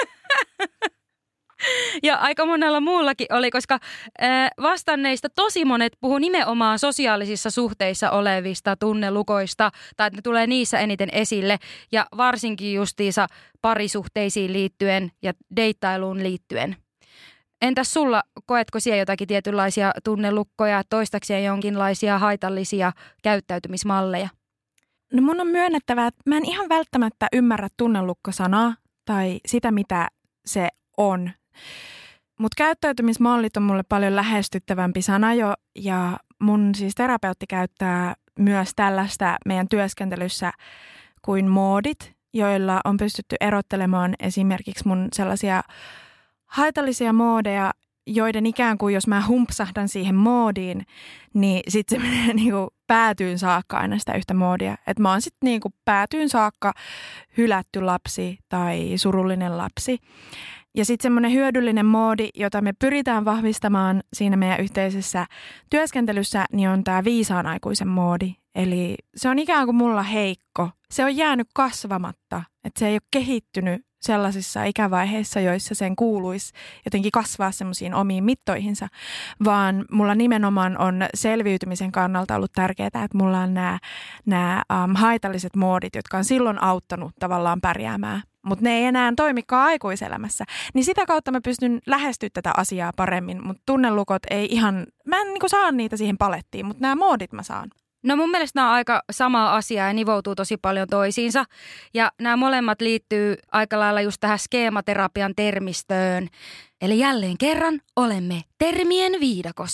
Ja aika monella muullakin oli, koska vastanneista tosi monet puhuu nimenomaan sosiaalisissa suhteissa olevista tunnelukoista, tai että ne tulee niissä eniten esille, ja varsinkin justiinsa parisuhteisiin liittyen ja deittailuun liittyen. Entäs sulla, koetko siellä jotakin tietynlaisia tunnelukkoja, toistakseen jonkinlaisia haitallisia käyttäytymismalleja? No mun on myönnettävä, että mä en ihan välttämättä ymmärrä tunnelukko-sanaa tai sitä, mitä se on. Mutta käyttäytymismallit on mulle paljon lähestyttävämpi sana jo, ja mun siis terapeutti käyttää myös tällaista meidän työskentelyssä kuin moodit, joilla on pystytty erottelemaan esimerkiksi mun sellaisia haitallisia moodeja, joiden ikään kuin jos mä humpsahdan siihen moodiin, niin sitten se menee niinku päätyyn saakka aina sitä yhtä moodia. Että mä oon sitten niinku päätyyn saakka hylätty lapsi tai surullinen lapsi. Ja sitten semmoinen hyödyllinen moodi, jota me pyritään vahvistamaan siinä meidän yhteisessä työskentelyssä, niin on tämä viisaan aikuisen moodi. Eli se on ikään kuin mulla heikko. Se on jäänyt kasvamatta, että se ei ole kehittynyt sellaisissa ikävaiheissa, joissa sen kuuluisi jotenkin kasvaa semmoisiin omiin mittoihinsa, vaan mulla nimenomaan on selviytymisen kannalta ollut tärkeää, että mulla on nämä, nämä um, haitalliset moodit, jotka on silloin auttanut tavallaan pärjäämään, mutta ne ei enää toimikaan aikuiselämässä. Niin sitä kautta mä pystyn lähestyä tätä asiaa paremmin, mutta tunnelukot ei ihan, mä en niin kuin saa niitä siihen palettiin, mutta nämä moodit mä saan. No mun mielestä nämä on aika sama asia ja nivoutuu tosi paljon toisiinsa. Ja nämä molemmat liittyy aika lailla just tähän skeematerapian termistöön. Eli jälleen kerran olemme termien viidakossa.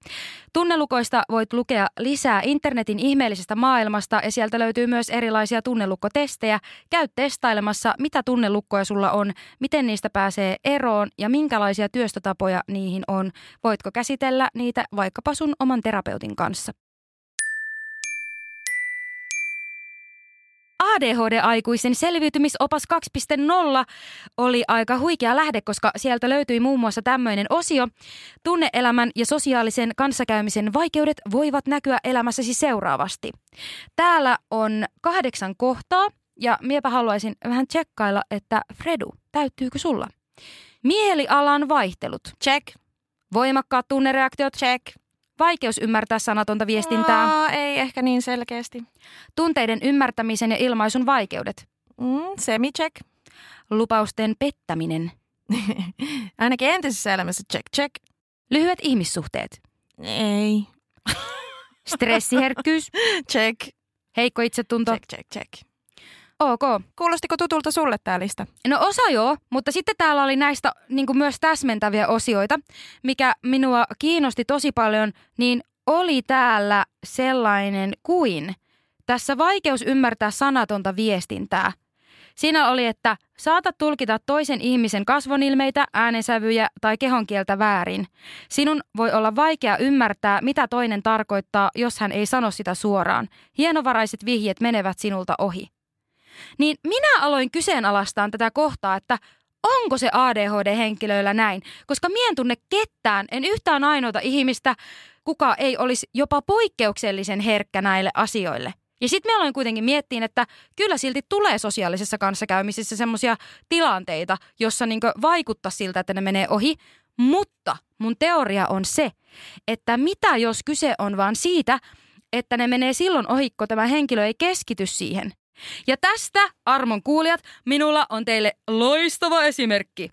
Tunnelukoista voit lukea lisää internetin ihmeellisestä maailmasta ja sieltä löytyy myös erilaisia tunnelukkotestejä. Käy testailemassa, mitä tunnelukkoja sulla on, miten niistä pääsee eroon ja minkälaisia työstötapoja niihin on. Voitko käsitellä niitä vaikkapa sun oman terapeutin kanssa. A D H D-aikuisen selviytymisopas kaksi piste nolla oli aika huikea lähde, koska sieltä löytyi muun muassa tämmöinen osio. Tunneelämän ja sosiaalisen kanssakäymisen vaikeudet voivat näkyä elämässäsi seuraavasti. Täällä on kahdeksan kohtaa ja miepä haluaisin vähän tsekkailla, että Fredu, täyttyykö sulla? Mielialan vaihtelut. Check. Voimakkaat tunnereaktiot. Check. Vaikeus ymmärtää sanatonta viestintää. No, ei ehkä niin selkeästi. Tunteiden ymmärtämisen ja ilmaisun vaikeudet. Mm, semi-check. Lupausten pettäminen. Ainakin entisessä elämässä check, check. Lyhyet ihmissuhteet. Ei. Stressiherkkyys. Check. Heikko itsetunto. Check, check, check. Ok. Kuulostiko tutulta sulle tää lista? No osa joo, mutta sitten täällä oli näistä niin kuin myös täsmentäviä osioita, mikä minua kiinnosti tosi paljon, niin oli täällä sellainen kuin tässä vaikeus ymmärtää sanatonta viestintää. Siinä oli, että saatat tulkita toisen ihmisen kasvonilmeitä, äänensävyjä tai kehonkieltä väärin. Sinun voi olla vaikea ymmärtää, mitä toinen tarkoittaa, jos hän ei sano sitä suoraan. Hienovaraiset vihjeet menevät sinulta ohi. Niin minä aloin kyseenalaistaan tätä kohtaa, että onko se A D H D-henkilöillä näin, koska mie en tunne ketään, en yhtään ainoata ihmistä, kuka ei olisi jopa poikkeuksellisen herkkä näille asioille. Ja sitten me aloin kuitenkin miettiä, että kyllä silti tulee sosiaalisessa kanssakäymisessä semmoisia tilanteita, jossa niinku vaikuttaa siltä, että ne menee ohi, mutta mun teoria on se, että mitä jos kyse on vaan siitä, että ne menee silloin ohi, kun tämä henkilö ei keskity siihen. Ja tästä, armon kuulijat, minulla on teille loistava esimerkki.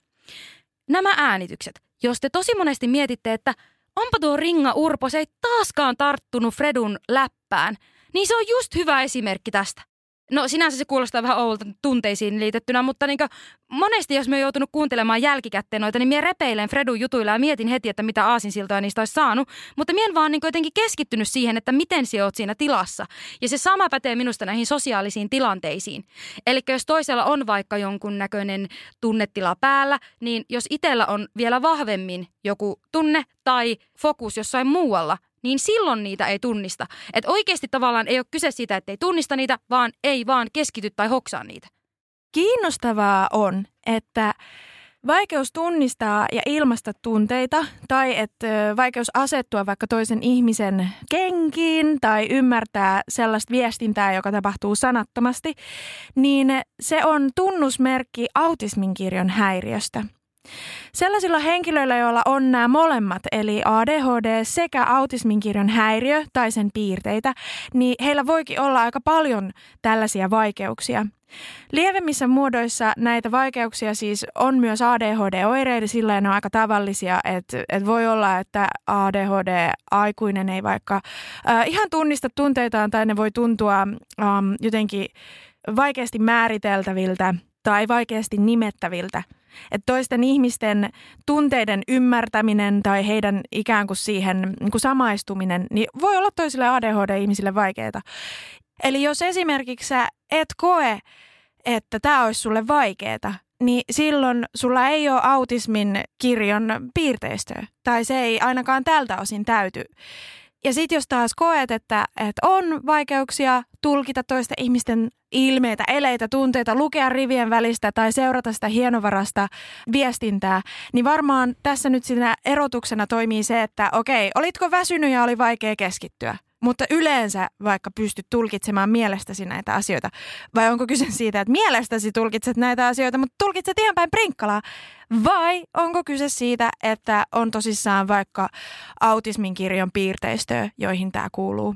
Nämä äänitykset. Jos te tosi monesti mietitte, että onpa tuo Ringa Urpo, se ei taaskaan tarttunut Fredun läppään, niin se on just hyvä esimerkki tästä. No sinänsä se kuulostaa vähän oudolta tunteisiin liitettynä, mutta niin monesti jos me oon joutunut kuuntelemaan jälkikäteen noita, niin mie repeilen Fredun jutuilla ja mietin heti, että mitä aasinsiltoja niistä olisi saanut. Mutta mie en vaan niin jotenkin keskittynyt siihen, että miten sä oot siinä tilassa. Ja se sama pätee minusta näihin sosiaalisiin tilanteisiin. Eli jos toisella on vaikka jonkun näköinen tunnetila päällä, niin jos itsellä on vielä vahvemmin joku tunne tai fokus jossain muualla, niin silloin niitä ei tunnista. Että oikeasti tavallaan ei ole kyse siitä, että ei tunnista niitä, vaan ei vaan keskity tai hoksaa niitä. Kiinnostavaa on, että vaikeus tunnistaa ja ilmaista tunteita tai että vaikeus asettua vaikka toisen ihmisen kenkiin tai ymmärtää sellaista viestintää, joka tapahtuu sanattomasti, niin se on tunnusmerkki autismin kirjon häiriöstä. Sellaisilla henkilöillä, joilla on nämä molemmat, eli A D H D sekä autismin kirjon häiriö tai sen piirteitä, niin heillä voikin olla aika paljon tällaisia vaikeuksia. Lievemmissä muodoissa näitä vaikeuksia siis on myös A D H D-oireita, sillä ne on aika tavallisia, että, että voi olla, että A D H D-aikuinen ei vaikka äh, ihan tunnista tunteitaan tai ne voi tuntua ähm, jotenkin vaikeasti määriteltäviltä tai vaikeasti nimettäviltä. Että toisten ihmisten tunteiden ymmärtäminen tai heidän ikään kuin siihen niin kuin samaistuminen niin voi olla toisille A D H D-ihmisille vaikeaa. Eli jos esimerkiksi sä et koe, että tämä olisi sulle vaikeaa, niin silloin sulla ei ole autismin kirjon piirteistöä tai se ei ainakaan tältä osin täyty. Ja sitten jos taas koet, että, että on vaikeuksia tulkita toisten ihmisten ilmeitä, eleitä, tunteita, lukea rivien välistä tai seurata sitä hienovarasta viestintää, niin varmaan tässä nyt siinä erotuksena toimii se, että okei, olitko väsynyt ja oli vaikea keskittyä, mutta yleensä vaikka pystyt tulkitsemaan mielestäsi näitä asioita. Vai onko kyse siitä, että mielestäsi tulkitset näitä asioita, mutta tulkitset ihan päin prinkkalaa? Vai onko kyse siitä, että on tosissaan vaikka autismin kirjon piirteistöä, joihin tämä kuuluu?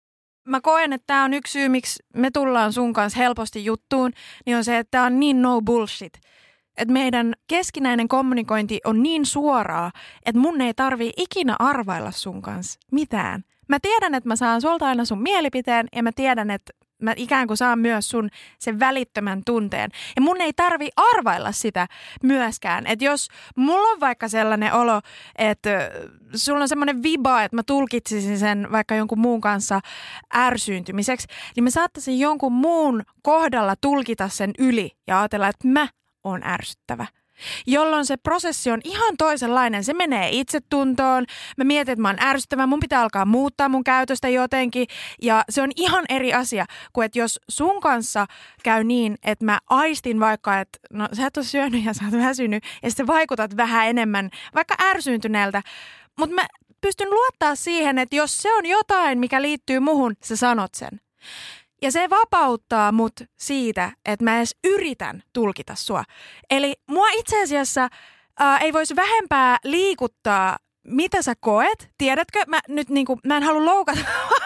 Mä koen, että tämä on yksi syy, miksi me tullaan sun kanssa helposti juttuun, niin on se, että tämä on niin no bullshit. Että meidän keskinäinen kommunikointi on niin suoraa, että mun ei tarvii ikinä arvailla sun kanssa mitään. Mä tiedän, että mä saan sulta aina sun mielipiteen ja mä tiedän, että mä ikään kuin saan myös sun sen välittömän tunteen. Ja mun ei tarvi arvailla sitä myöskään. Että jos mulla on vaikka sellainen olo, että sulla on semmoinen viba, että mä tulkitsisin sen vaikka jonkun muun kanssa ärsyyntymiseksi, niin mä saattaisin jonkun muun kohdalla tulkita sen yli ja ajatella, että mä oon ärsyttävä. Jolloin se prosessi on ihan toisenlainen. Se menee itsetuntoon. Mä mietin, että mä oon ärsyttävä. Mun pitää alkaa muuttaa mun käytöstä jotenkin. Ja se on ihan eri asia kuin, että jos sun kanssa käy niin, että mä aistin vaikka, että no sä et ole syönyt ja sä oot väsynyt. Ja sitten vaikutat vähän enemmän vaikka ärsyyntyneeltä. Mutta mä pystyn luottaa siihen, että jos se on jotain, mikä liittyy muhun, sä sanot sen. Ja se vapauttaa mut siitä, että mä edes yritän tulkita sua. Eli mua itse asiassa ää, ei voisi vähempää liikuttaa, mitä sä koet. Tiedätkö? Mä nyt niinku, mä en halua loukata.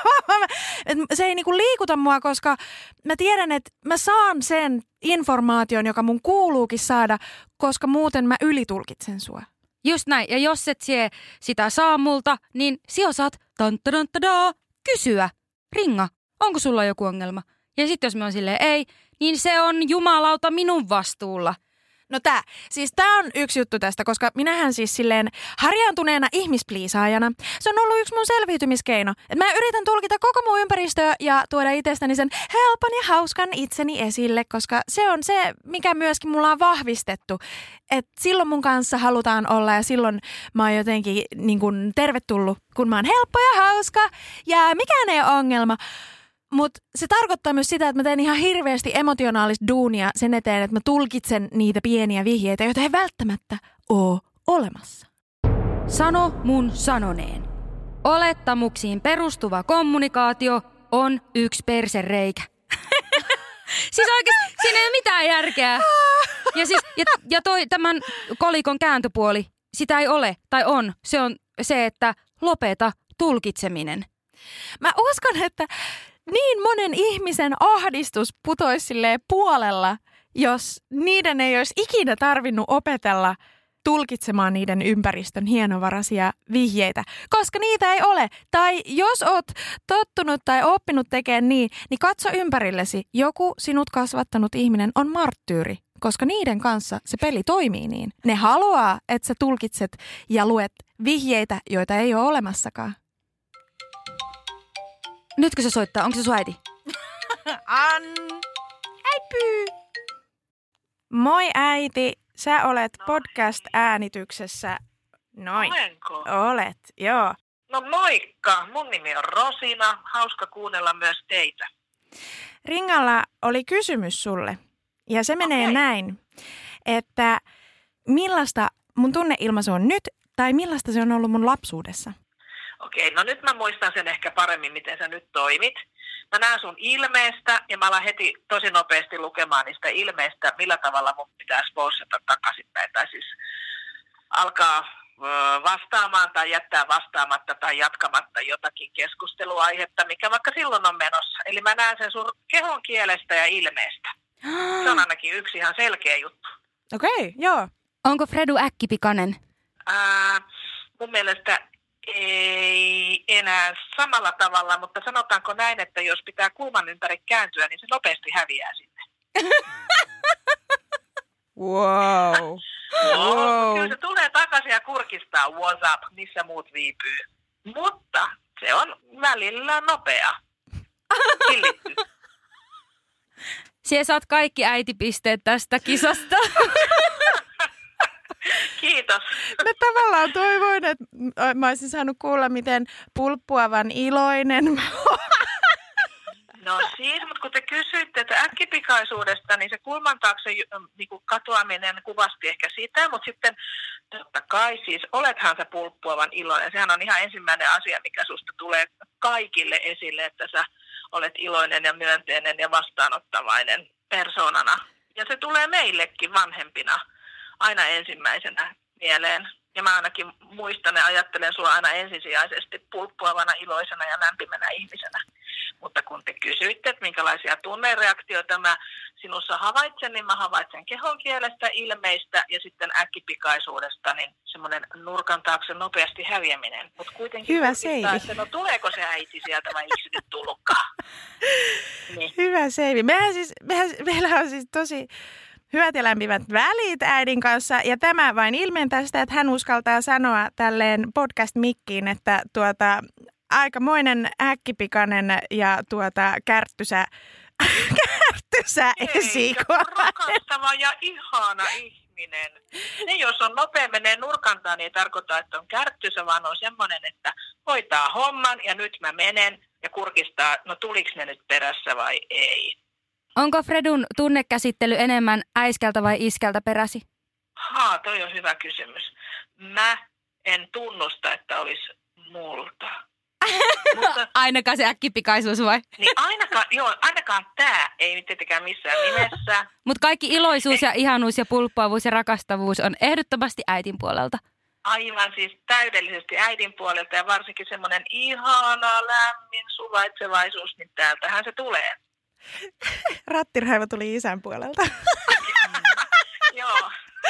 Se ei niinku liikuta mua, koska mä tiedän, että mä saan sen informaation, joka mun kuuluukin saada, koska muuten mä ylitulkitsen sua. Just näin. Ja jos et sie sitä saa multa, niin si osaat kysyä, ringa. Onko sulla joku ongelma? Ja sitten jos mä oon silleen ei, niin se on jumalauta minun vastuulla. No tää, siis tää on yksi juttu tästä, koska minähän siis silleen harjaantuneena ihmispliisaajana, se on ollut yksi mun selviytymiskeino. Että mä yritän tulkita koko mun ympäristöä ja tuoda itsestäni sen helpon ja hauskan itseni esille, koska se on se, mikä myöskin mulla on vahvistettu. Että silloin mun kanssa halutaan olla ja silloin mä oon jotenkin niin kun tervetullut, kun mä oon helppo ja hauska ja mikään ei ole ongelma. Mutta se tarkoittaa myös sitä, että mä teen ihan hirveästi emotionaalista duunia sen eteen, että mä tulkitsen niitä pieniä vihjeitä, joita ei välttämättä ole olemassa. Sano mun sanoneen. Olettamuksiin perustuva kommunikaatio on yksi persereikä. Siis oikeasti, siinä ei ole mitään järkeä. Ja, siis, ja, ja toi, tämän kolikon kääntöpuoli, sitä ei ole tai on. Se on se, että lopeta tulkitseminen. Mä uskon, että niin monen ihmisen ahdistus putoisi silleen puolella, jos niiden ei olisi ikinä tarvinnut opetella tulkitsemaan niiden ympäristön hienovaraisia vihjeitä, koska niitä ei ole. Tai jos oot tottunut tai oppinut tekemään niin, niin katso ympärillesi. Joku sinut kasvattanut ihminen on marttyyri, koska niiden kanssa se peli toimii niin. Ne haluaa, että sä tulkitset ja luet vihjeitä, joita ei ole olemassakaan. Nytkö se soittaa? Onko se sun äiti? An. Äipy. Moi äiti, sä olet No. podcast-äänityksessä. Noin. Olenko? Olet, joo. No moikka, mun nimi on Rosina, hauska kuunnella myös teitä. Ringalla oli kysymys sulle. Ja se menee Okei. näin, että millaista mun tunneilmaisu on nyt tai millaista se on ollut mun lapsuudessa? Okei, no nyt mä muistan sen ehkä paremmin, miten sä nyt toimit. Mä näen sun ilmeestä ja mä alan heti tosi nopeasti lukemaan niistä ilmeistä, millä tavalla mun pitäisi postata takaisinpäin. Tai siis alkaa ö, vastaamaan tai jättää vastaamatta tai jatkamatta jotakin keskusteluaihetta, mikä vaikka silloin on menossa. Eli mä näen sen sun kehon kielestä ja ilmeestä. Se on ainakin yksi ihan selkeä juttu. Okei, okay, joo. Onko Fredu äkkipikainen? Ää, mun mielestä ei enää samalla tavalla, mutta sanotaanko näin, että jos pitää kulman ympäri kääntyä, niin se nopeasti häviää sinne. Wow. No, Wow. kyllä se tulee takaisin ja kurkistaa, what's up, missä muut viipyy. Mutta se on välillä nopea. Hillitty. Sie saat kaikki äitipisteet tästä kisasta. Kiitos. Mä tavallaan toivoin, että mä olisin saanut kuulla, miten pulppuavan iloinen mä oon. No siis, mutta kun te kysyitte että äkkipikaisuudesta, niin se kulman taakse niin kuin katoaminen kuvasti ehkä sitä, mutta sitten totta kai siis olethan sä pulppuavan iloinen. Sehän on ihan ensimmäinen asia, mikä susta tulee kaikille esille, että sä olet iloinen ja myönteinen ja vastaanottavainen persoonana. Ja se tulee meillekin vanhempina aina ensimmäisenä mieleen. Ja mä ainakin muistan ja ajattelen sua aina ensisijaisesti pulppuavana, iloisena ja lämpimänä ihmisenä. Mutta kun te kysyitte, että minkälaisia tunnereaktioita mä sinussa havaitsen, niin mä havaitsen kehon kielestä, ilmeistä ja sitten äkkipikaisuudesta, niin semmoinen nurkan taakse nopeasti häviäminen. Mutta kuitenkin Hyvä kurkistaa, seivi. että no tuleeko se äiti sieltä vai eikö se nyt tullutkaan? Niin. Hyvä Seivi. Mehän siis, mehän, meillä on siis tosi hyvät ja lämpimät välit äidin kanssa. Ja tämä vain ilmentää sitä, että hän uskaltaa sanoa tälleen podcast-mikkiin, että tuota, aikamoinen äkkipikainen ja tuota, kärttysä, kärttysä esikuva. Rakastava ja ihana ihminen. Ne, jos on nopea menee nurkantaan, niin ei tarkoita, että on kärttysä, vaan on semmoinen, että hoitaa homman ja nyt mä menen ja kurkistaa, no tuliks ne nyt perässä vai ei. Onko Fredun tunnekäsittely enemmän äiskältä vai iskältä peräsi? Haa, toi on hyvä kysymys. Mä en tunnusta, että olisi multa. Mutta, Ainakaan se äkkipikaisuus vai? niin ainakaan, joo, ainakaan tää ei tietenkään missään nimessä. Mutta kaikki iloisuus ja ihanuus ja pulppuavuus ja rakastavuus on ehdottomasti äitin puolelta. Aivan siis täydellisesti äidin puolelta ja varsinkin semmoinen ihana, lämmin suvaitsevaisuus, niin täältähän se tulee. Rattiraivo tuli isän puolelta. Joo.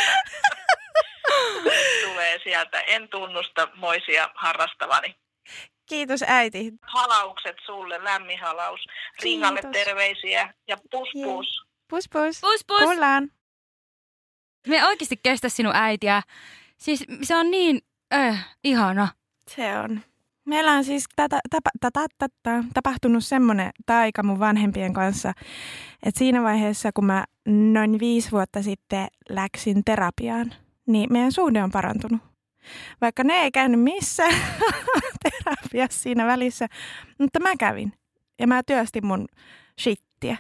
Tulee sieltä. En tunnusta moisia harrastavani. Kiitos äiti. Halaukset sulle, lämmin halaus. Ringalle terveisiä ja pus pus. Pus pus. Pus pus. Kuullaan. Me oikeasti kestä sinun äitiä. Siis se on niin äh, ihana. Se on. Meillä on siis tata, tapa, tata, tata, tapahtunut semmoinen taika mun vanhempien kanssa, että siinä vaiheessa, kun mä noin viisi vuotta sitten läksin terapiaan, niin meidän suhde on parantunut. Vaikka ne ei käynyt missään terapiassa siinä välissä, mutta mä kävin ja mä työstin mun shittiä.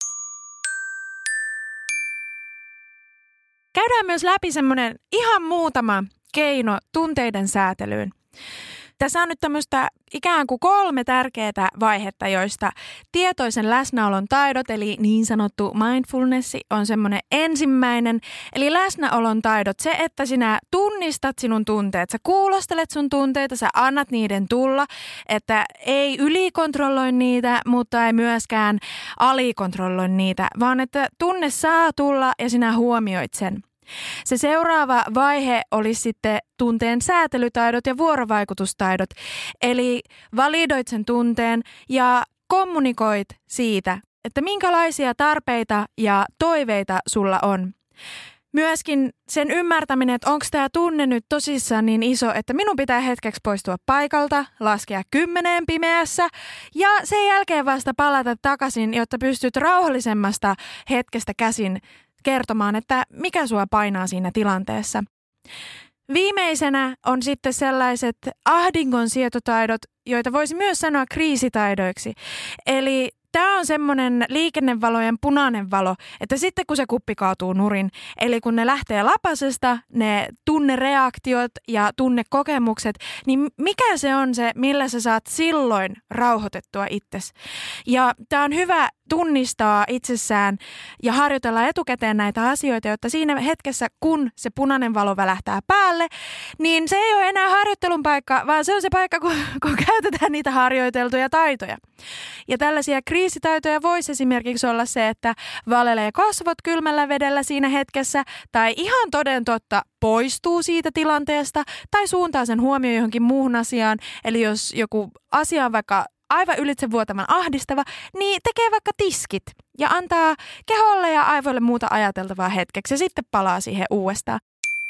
Käydään myös läpi semmoinen ihan muutama keino tunteiden säätelyyn. Tässä on nyt tämmöistä ikään kuin kolme tärkeää vaihetta, joista tietoisen läsnäolon taidot, eli niin sanottu mindfulness, on semmoinen ensimmäinen. Eli läsnäolon taidot, se, että sinä tunnistat sinun tunteet, sä kuulostelet sun tunteita, sä annat niiden tulla, että ei ylikontrolloi niitä, mutta ei myöskään alikontrolloi niitä, vaan että tunne saa tulla ja sinä huomioit sen. Se seuraava vaihe olisi sitten tunteen säätelytaidot ja vuorovaikutustaidot, eli validoit sen tunteen ja kommunikoit siitä, että minkälaisia tarpeita ja toiveita sulla on. Myöskin sen ymmärtäminen, että onko tämä tunne nyt tosissaan niin iso, että minun pitää hetkeksi poistua paikalta, laskea kymmeneen pimeässä ja sen jälkeen vasta palata takaisin, jotta pystyt rauhallisemmasta hetkestä käsin kertomaan, että mikä sua painaa siinä tilanteessa. Viimeisenä on sitten sellaiset ahdingon sietotaidot, joita voisi myös sanoa kriisitaidoiksi. Eli tämä on semmoinen liikennevalojen punainen valo, että sitten kun se kuppi kaatuu nurin, eli kun ne lähtee lapasesta, ne tunnereaktiot ja tunnekokemukset, niin mikä se on se, millä sä saat silloin rauhoitettua itsesi. Ja tämä on hyvä tunnistaa itsessään ja harjoitella etukäteen näitä asioita, jotta siinä hetkessä, kun se punainen valo välähtää päälle, niin se ei ole enää harjoittelun paikka, vaan se on se paikka, kun, kun käytetään niitä harjoiteltuja taitoja. Ja tällaisia kriisitaitoja voisi esimerkiksi olla se, että valelee kasvot kylmällä vedellä siinä hetkessä, tai ihan toden totta poistuu siitä tilanteesta, tai suuntaa sen huomioon johonkin muuhun asiaan. Eli jos joku asia on vaikka aivan ylitsevuotavan ahdistava, niin tekee vaikka tiskit ja antaa keholle ja aivoille muuta ajateltavaa hetkeksi ja sitten palaa siihen uudestaan.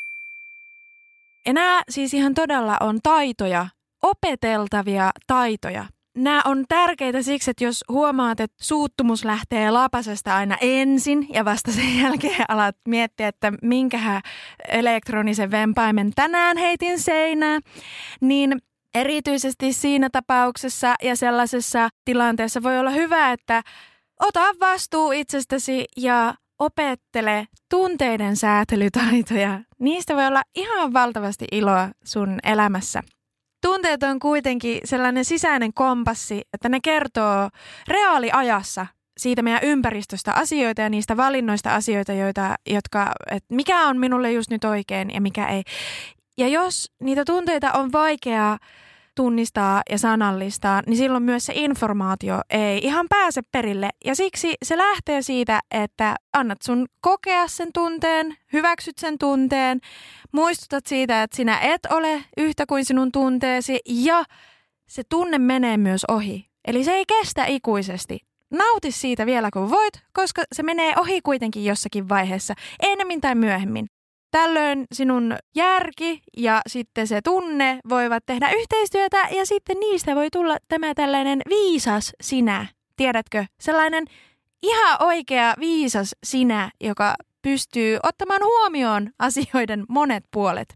Ja nämä siis ihan todella on taitoja, opeteltavia taitoja. Nämä on tärkeitä siksi, että jos huomaat, että suuttumus lähtee lapasesta aina ensin ja vasta sen jälkeen alat miettiä, että minkähän elektronisen vempaimen tänään heitin seinään, niin erityisesti siinä tapauksessa ja sellaisessa tilanteessa voi olla hyvä, että ota vastuu itsestäsi ja opettele tunteiden säätelytaitoja. Niistä voi olla ihan valtavasti iloa sun elämässä. Tunteet on kuitenkin sellainen sisäinen kompassi, että ne kertoo reaaliajassa siitä meidän ympäristöstä asioita ja niistä valinnoista asioita, joita, jotka, että mikä on minulle just nyt oikein ja mikä ei. Ja jos niitä tunteita on vaikeaa tunnistaa ja sanallistaa, niin silloin myös se informaatio ei ihan pääse perille. Ja siksi se lähtee siitä, että annat sun kokea sen tunteen, hyväksyt sen tunteen, muistutat siitä, että sinä et ole yhtä kuin sinun tunteesi ja se tunne menee myös ohi. Eli se ei kestä ikuisesti. nauti siitä vielä kun voit, koska se menee ohi kuitenkin jossakin vaiheessa, ennemmin tai myöhemmin. Tällöin sinun järki ja sitten se tunne voivat tehdä yhteistyötä ja sitten niistä voi tulla tämä tällainen viisas sinä. Tiedätkö? Sellainen ihan oikea viisas sinä, joka pystyy ottamaan huomioon asioiden monet puolet.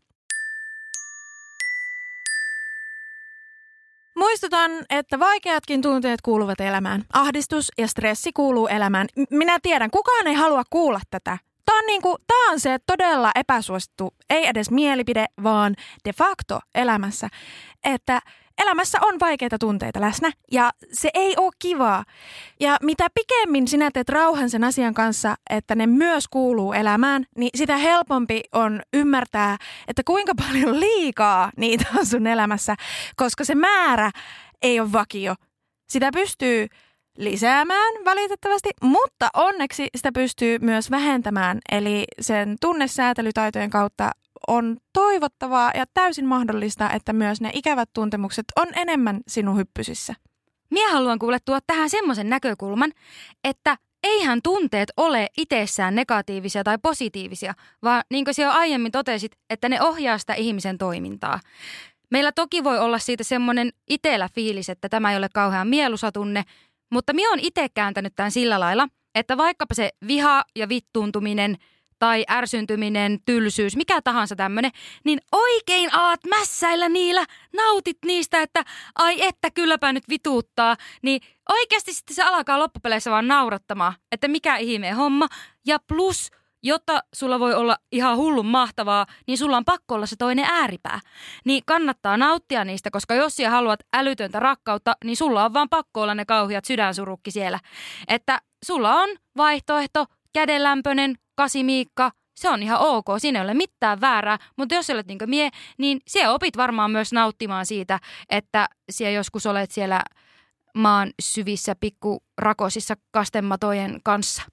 Muistutan, että vaikeatkin tunteet kuuluvat elämään. Ahdistus ja stressi kuuluu elämään. Minä tiedän, kukaan ei halua kuulla tätä. Tämä on, niinku, tämä on se todella epäsuosittu, ei edes mielipide, vaan de facto elämässä, että elämässä on vaikeita tunteita läsnä ja se ei ole kivaa. Ja mitä pikemmin sinä teet rauhan sen asian kanssa, että ne myös kuuluu elämään, niin sitä helpompi on ymmärtää, että kuinka paljon liikaa niitä on sun elämässä, koska se määrä ei ole vakio. Sitä pystyy lisäämään valitettavasti, mutta onneksi sitä pystyy myös vähentämään. Eli sen tunnesäätelytaitojen kautta on toivottavaa ja täysin mahdollista, että myös ne ikävät tuntemukset on enemmän sinun hyppysissä. Minä haluan kuule tuoda tähän semmoisen näkökulman, että eihän tunteet ole itsessään negatiivisia tai positiivisia, vaan niin kuin sinä aiemmin totesit, että ne ohjaa sitä ihmisen toimintaa. Meillä toki voi olla siitä semmoinen itsellä fiilis, että tämä ei ole kauhean mieluisa tunne, mutta minä olen itse kääntänyt tämän sillä lailla, että vaikkapa se viha ja vittuuntuminen tai ärsyntyminen, tylsyys, mikä tahansa tämmöinen, niin oikein aat mässäillä niillä, nautit niistä, että ai että kylläpä nyt vituuttaa, niin oikeasti sitten se alkaa loppupeleissä vaan naurattamaan, että mikä ihmeen homma. Ja plus, jotta sulla voi olla ihan hullun mahtavaa, niin sulla on pakko olla se toinen ääripää. Niin kannattaa nauttia niistä, koska jos sä haluat älytöntä rakkautta, niin sulla on vaan pakko olla ne kauheat sydänsurukki siellä. Että sulla on vaihtoehto, kädenlämpöinen, kasimiikka, se on ihan ok, siinä ei ole mitään väärää, mutta jos olet niin kuin mie, niin siellä opit varmaan myös nauttimaan siitä, että siellä joskus olet siellä maan syvissä pikkurakosissa kastematojen kanssa.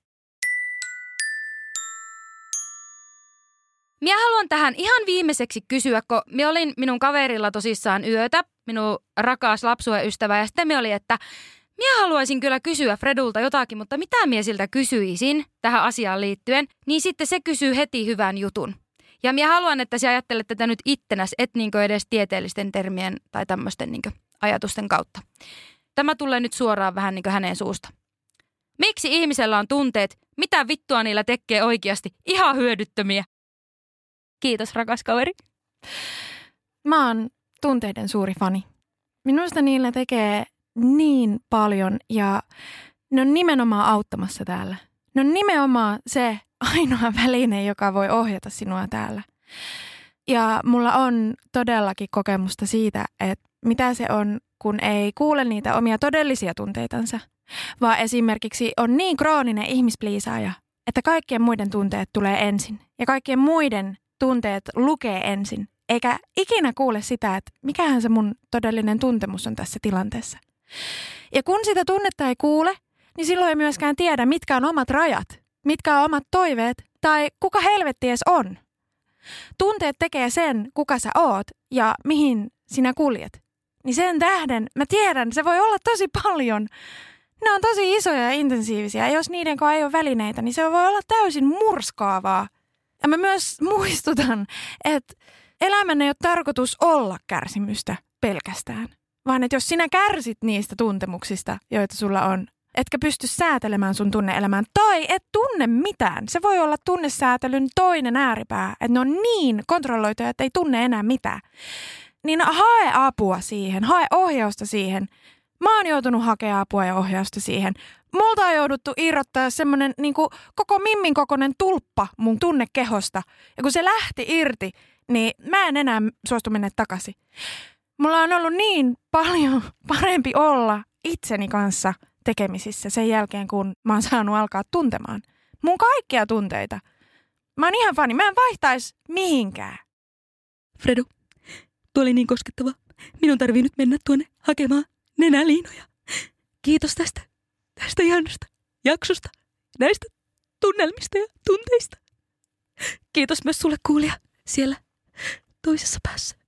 Minä haluan tähän ihan viimeiseksi kysyä, kun minä olin minun kaverilla tosissaan yötä, minun rakas lapsuuden ystävä, ja sitten minä oli, että minä haluaisin kyllä kysyä Fredulta jotakin, mutta mitä minä siltä kysyisin tähän asiaan liittyen, niin sitten se kysyy heti hyvän jutun. Ja minä haluan, että sinä ajattelet tätä nyt ittenäs, et niinkö edes tieteellisten termien tai tämmöisten niinkö ajatusten kautta. Tämä tulee nyt suoraan vähän niinkö hänen suusta. Miksi ihmisellä on tunteet, mitä vittua niillä tekee oikeasti, ihan hyödyttömiä? Kiitos, rakas kaveri. Mä oon tunteiden suuri fani. Minusta niillä tekee niin paljon ja ne on nimenomaan auttamassa täällä. Ne on nimenomaan se ainoa väline, joka voi ohjata sinua täällä. Ja mulla on todellakin kokemusta siitä, että mitä se on, kun ei kuule niitä omia todellisia tunteitansa, vaan esimerkiksi on niin krooninen ihmispliisaaja, että kaikkien muiden tunteet tulee ensin ja kaikkien muiden tunteet lukee ensin, eikä ikinä kuule sitä, että mikähän se mun todellinen tuntemus on tässä tilanteessa. Ja kun sitä tunnetta ei kuule, niin silloin ei myöskään tiedä, mitkä on omat rajat, mitkä on omat toiveet tai kuka helvetti edes on. Tunteet tekee sen, kuka sä oot ja mihin sinä kuljet. Niin sen tähden, mä tiedän, se voi olla tosi paljon. Ne on tosi isoja ja intensiivisiä ja jos niiden kanssa ei ole välineitä, niin se voi olla täysin murskaavaa. Ja mä myös muistutan, että elämän ei ole tarkoitus olla kärsimystä pelkästään, vaan että jos sinä kärsit niistä tuntemuksista, joita sulla on, etkä pysty säätelemään sun tunne-elämään tai et tunne mitään. Se voi olla tunnesäätelyn toinen ääripää, että ne on niin kontrolloituja, että ei tunne enää mitään. Niin hae apua siihen, hae ohjausta siihen. Mä oon joutunut hakea apua ja ohjausta siihen. Multa on jouduttu irrottaa semmoinen niin kuin koko mimmin kokoinen tulppa mun tunnekehosta. Ja kun se lähti irti, niin mä en enää suostu mennä takaisin. Mulla on ollut niin paljon parempi olla itseni kanssa tekemisissä sen jälkeen, kun mä oon saanut alkaa tuntemaan mun kaikkia tunteita. Mä oon ihan fani. Mä en vaihtaisi mihinkään. Fredu, tuo oli niin koskettava. Minun tarvii nyt mennä tuonne hakemaan nenäliinoja. Kiitos tästä, tästä ihanasta jaksosta, näistä tunnelmista ja tunteista. Kiitos myös sulle kuulija siellä toisessa päässä.